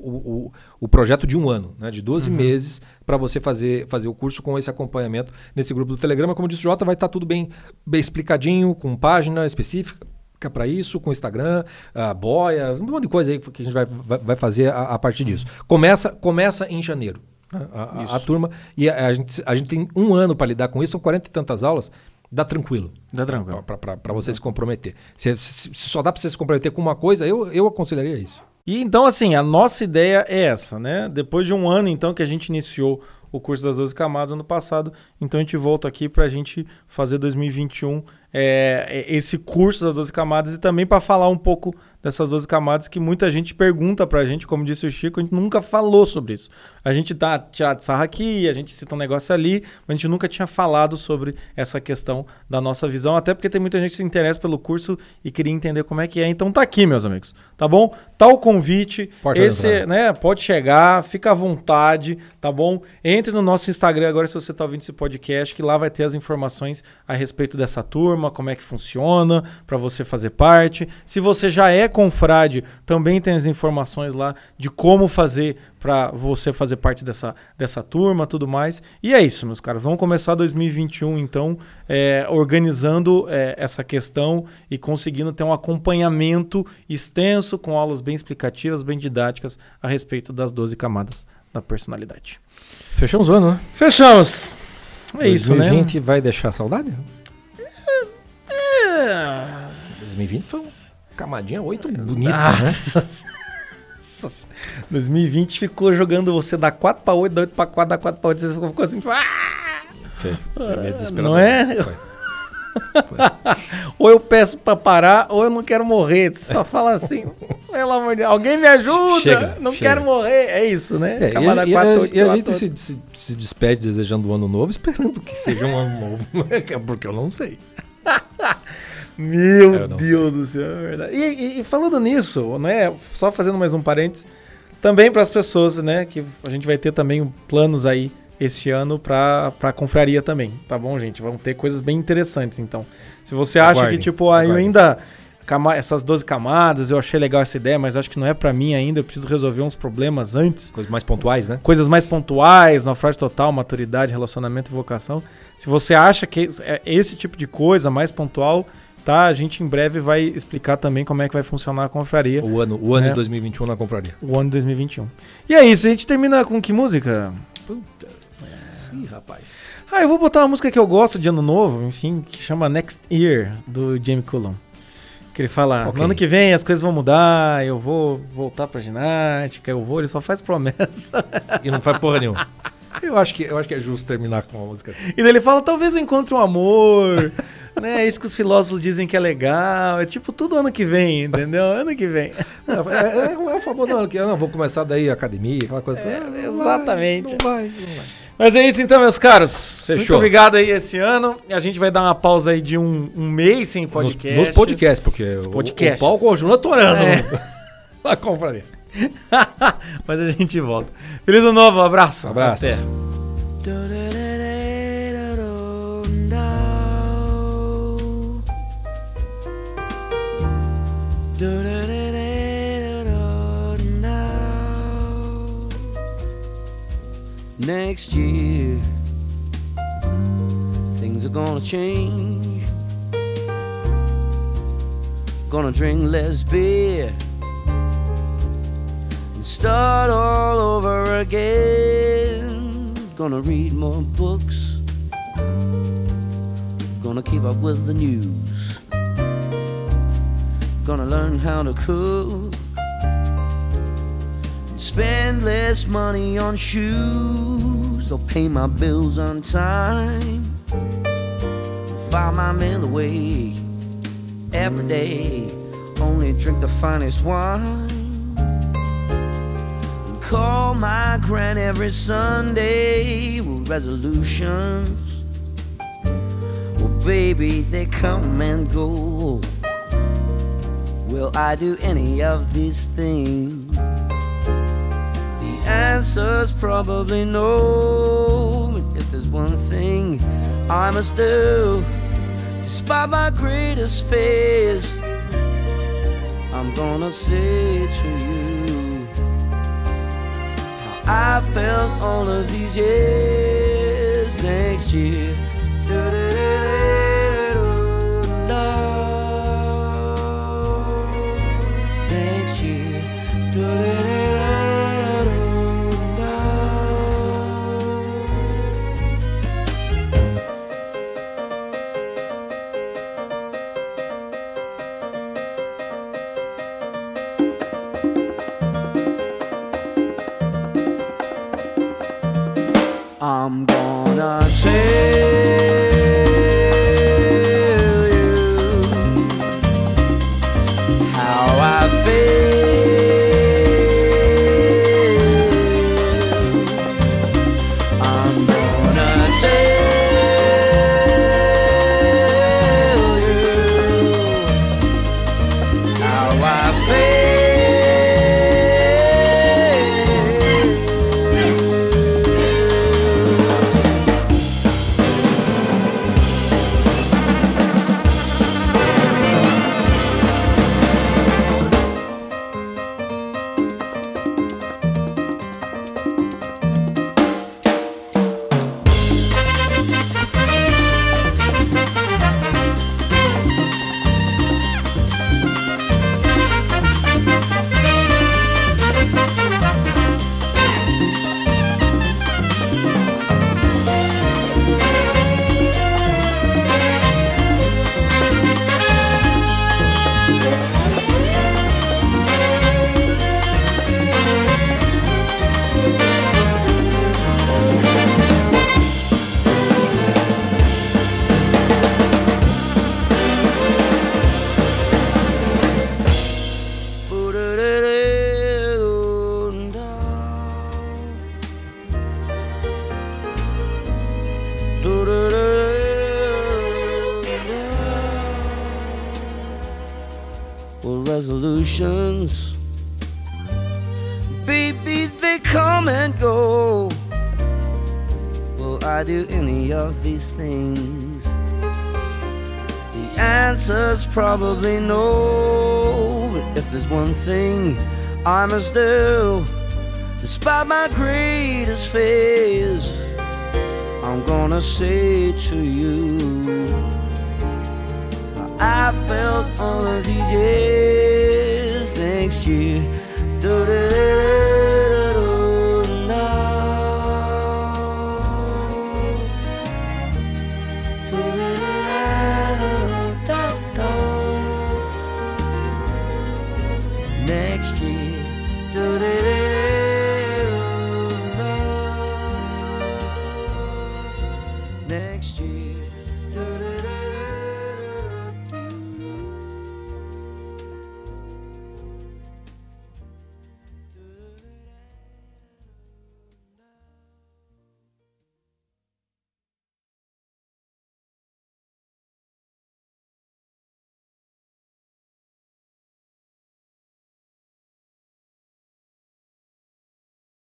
o projeto de um ano, né? De 12 meses para você fazer o curso com esse acompanhamento nesse grupo do Telegram. Como disse o Jota, vai estar tudo bem explicadinho, com página específica para isso, com Instagram, boia, um monte de coisa aí que a gente vai fazer a partir disso. Começa em janeiro, né? A turma, e a gente tem um ano para lidar com isso, são 40 e tantas aulas. Dá tranquilo. Para você se comprometer. Se só dá para você se comprometer com uma coisa, eu aconselharia isso. E então, assim, a nossa ideia é essa, né? Depois de um ano, então, que a gente iniciou o curso das 12 camadas ano passado, então a gente volta aqui para a gente fazer 2021 esse curso das 12 camadas e também para falar um pouco dessas 12 camadas que muita gente pergunta pra gente, como disse o Chico, a gente nunca falou sobre isso. A gente tá tirado de sarra aqui, a gente cita um negócio ali, mas a gente nunca tinha falado sobre essa questão da nossa visão, até porque tem muita gente que se interessa pelo curso e queria entender como é que é. Então tá aqui, meus amigos, tá bom? Tá o convite, pode chegar, fica à vontade, tá bom? Entre no nosso Instagram agora se você tá ouvindo esse podcast, que lá vai ter as informações a respeito dessa turma, como é que funciona, pra você fazer parte. Se você já é confrade, também tem as informações lá de como fazer para você fazer parte dessa turma, tudo mais. E é isso, meus caras. Vamos começar 2021, então, organizando essa questão e conseguindo ter um acompanhamento extenso, com aulas bem explicativas, bem didáticas, a respeito das 12 camadas da personalidade. Fechamos o ano, né? Fechamos! É isso, né? 2020 vai deixar saudade? 2020 foi uma camadinha 8 bonita, né? 2020 ficou jogando você da 4 para 8, da 8 para 4, da 4 para 8, você ficou assim, tipo... Foi meio desesperador. Não é? Foi. Ou eu peço pra parar, ou eu não quero morrer. Você só fala assim, pelo amor de Deus, alguém me ajuda, não quero morrer. É isso, né? E a gente se despede desejando um ano novo, esperando que seja um ano novo, porque eu não sei. Meu Deus do céu, é verdade. E falando nisso, né, só fazendo mais um parênteses, também para as pessoas, né, que a gente vai ter também planos aí esse ano para a confraria também, tá bom, gente? Vão ter coisas bem interessantes, então. Se você acha que, tipo, eu ainda... essas 12 camadas, eu achei legal essa ideia, mas acho que não é pra mim ainda, eu preciso resolver uns problemas antes. Coisas mais pontuais, né? Coisas mais pontuais, naufrágio total, maturidade, relacionamento e vocação. Se você acha que é esse tipo de coisa mais pontual, tá? A gente em breve vai explicar também como é que vai funcionar a confraria. O ano de 2021 na confraria. O ano de 2021. E é isso, a gente termina com que música? Puta. Ih, rapaz. Eu vou botar uma música que eu gosto de ano novo, enfim, que chama Next Year, do Jamie Cullum. Que ele fala, Okay. no ano que vem as coisas vão mudar, eu vou voltar pra ginástica, ele só faz promessa. E não faz porra nenhuma. Eu acho que é justo terminar com uma música assim. E daí ele fala, talvez eu encontre um amor, né? É isso que os filósofos dizem que é legal. É tipo tudo ano que vem, entendeu? Ano que vem. É o famoso ano que eu vou começar daí a academia, aquela coisa. Exatamente. Não vai. Mas é isso então, meus caros. Fechou. Muito obrigado aí esse ano. A gente vai dar uma pausa aí de um mês sem podcast. Nos podcasts, porque o pau continua atorando. Na confraria. Mas a gente volta. Feliz ano novo, abraço. Abraço. Até. Next year, things are gonna change. Gonna drink less beer and start all over again. Gonna read more books. Gonna keep up with the news. Gonna learn how to cook. Spend less money on shoes. They'll pay my bills on time. File my mail away every day. Only drink the finest wine. And call my gran every Sunday with resolutions. Well, baby, they come and go. Will I do any of these things? The answer's probably no. But if there's one thing I must do, despite my greatest fears, I'm gonna say to you how I felt all of these years. Next year, next year. I'm gonna tell you how I feel. I'm gonna tell you how I feel. Well, resolutions, baby, they come and go. Will I do any of these things? The answer's probably no, but if there's one thing I must do, despite my greatest fears, I'm gonna say to you, I felt all of these years next year. Next year.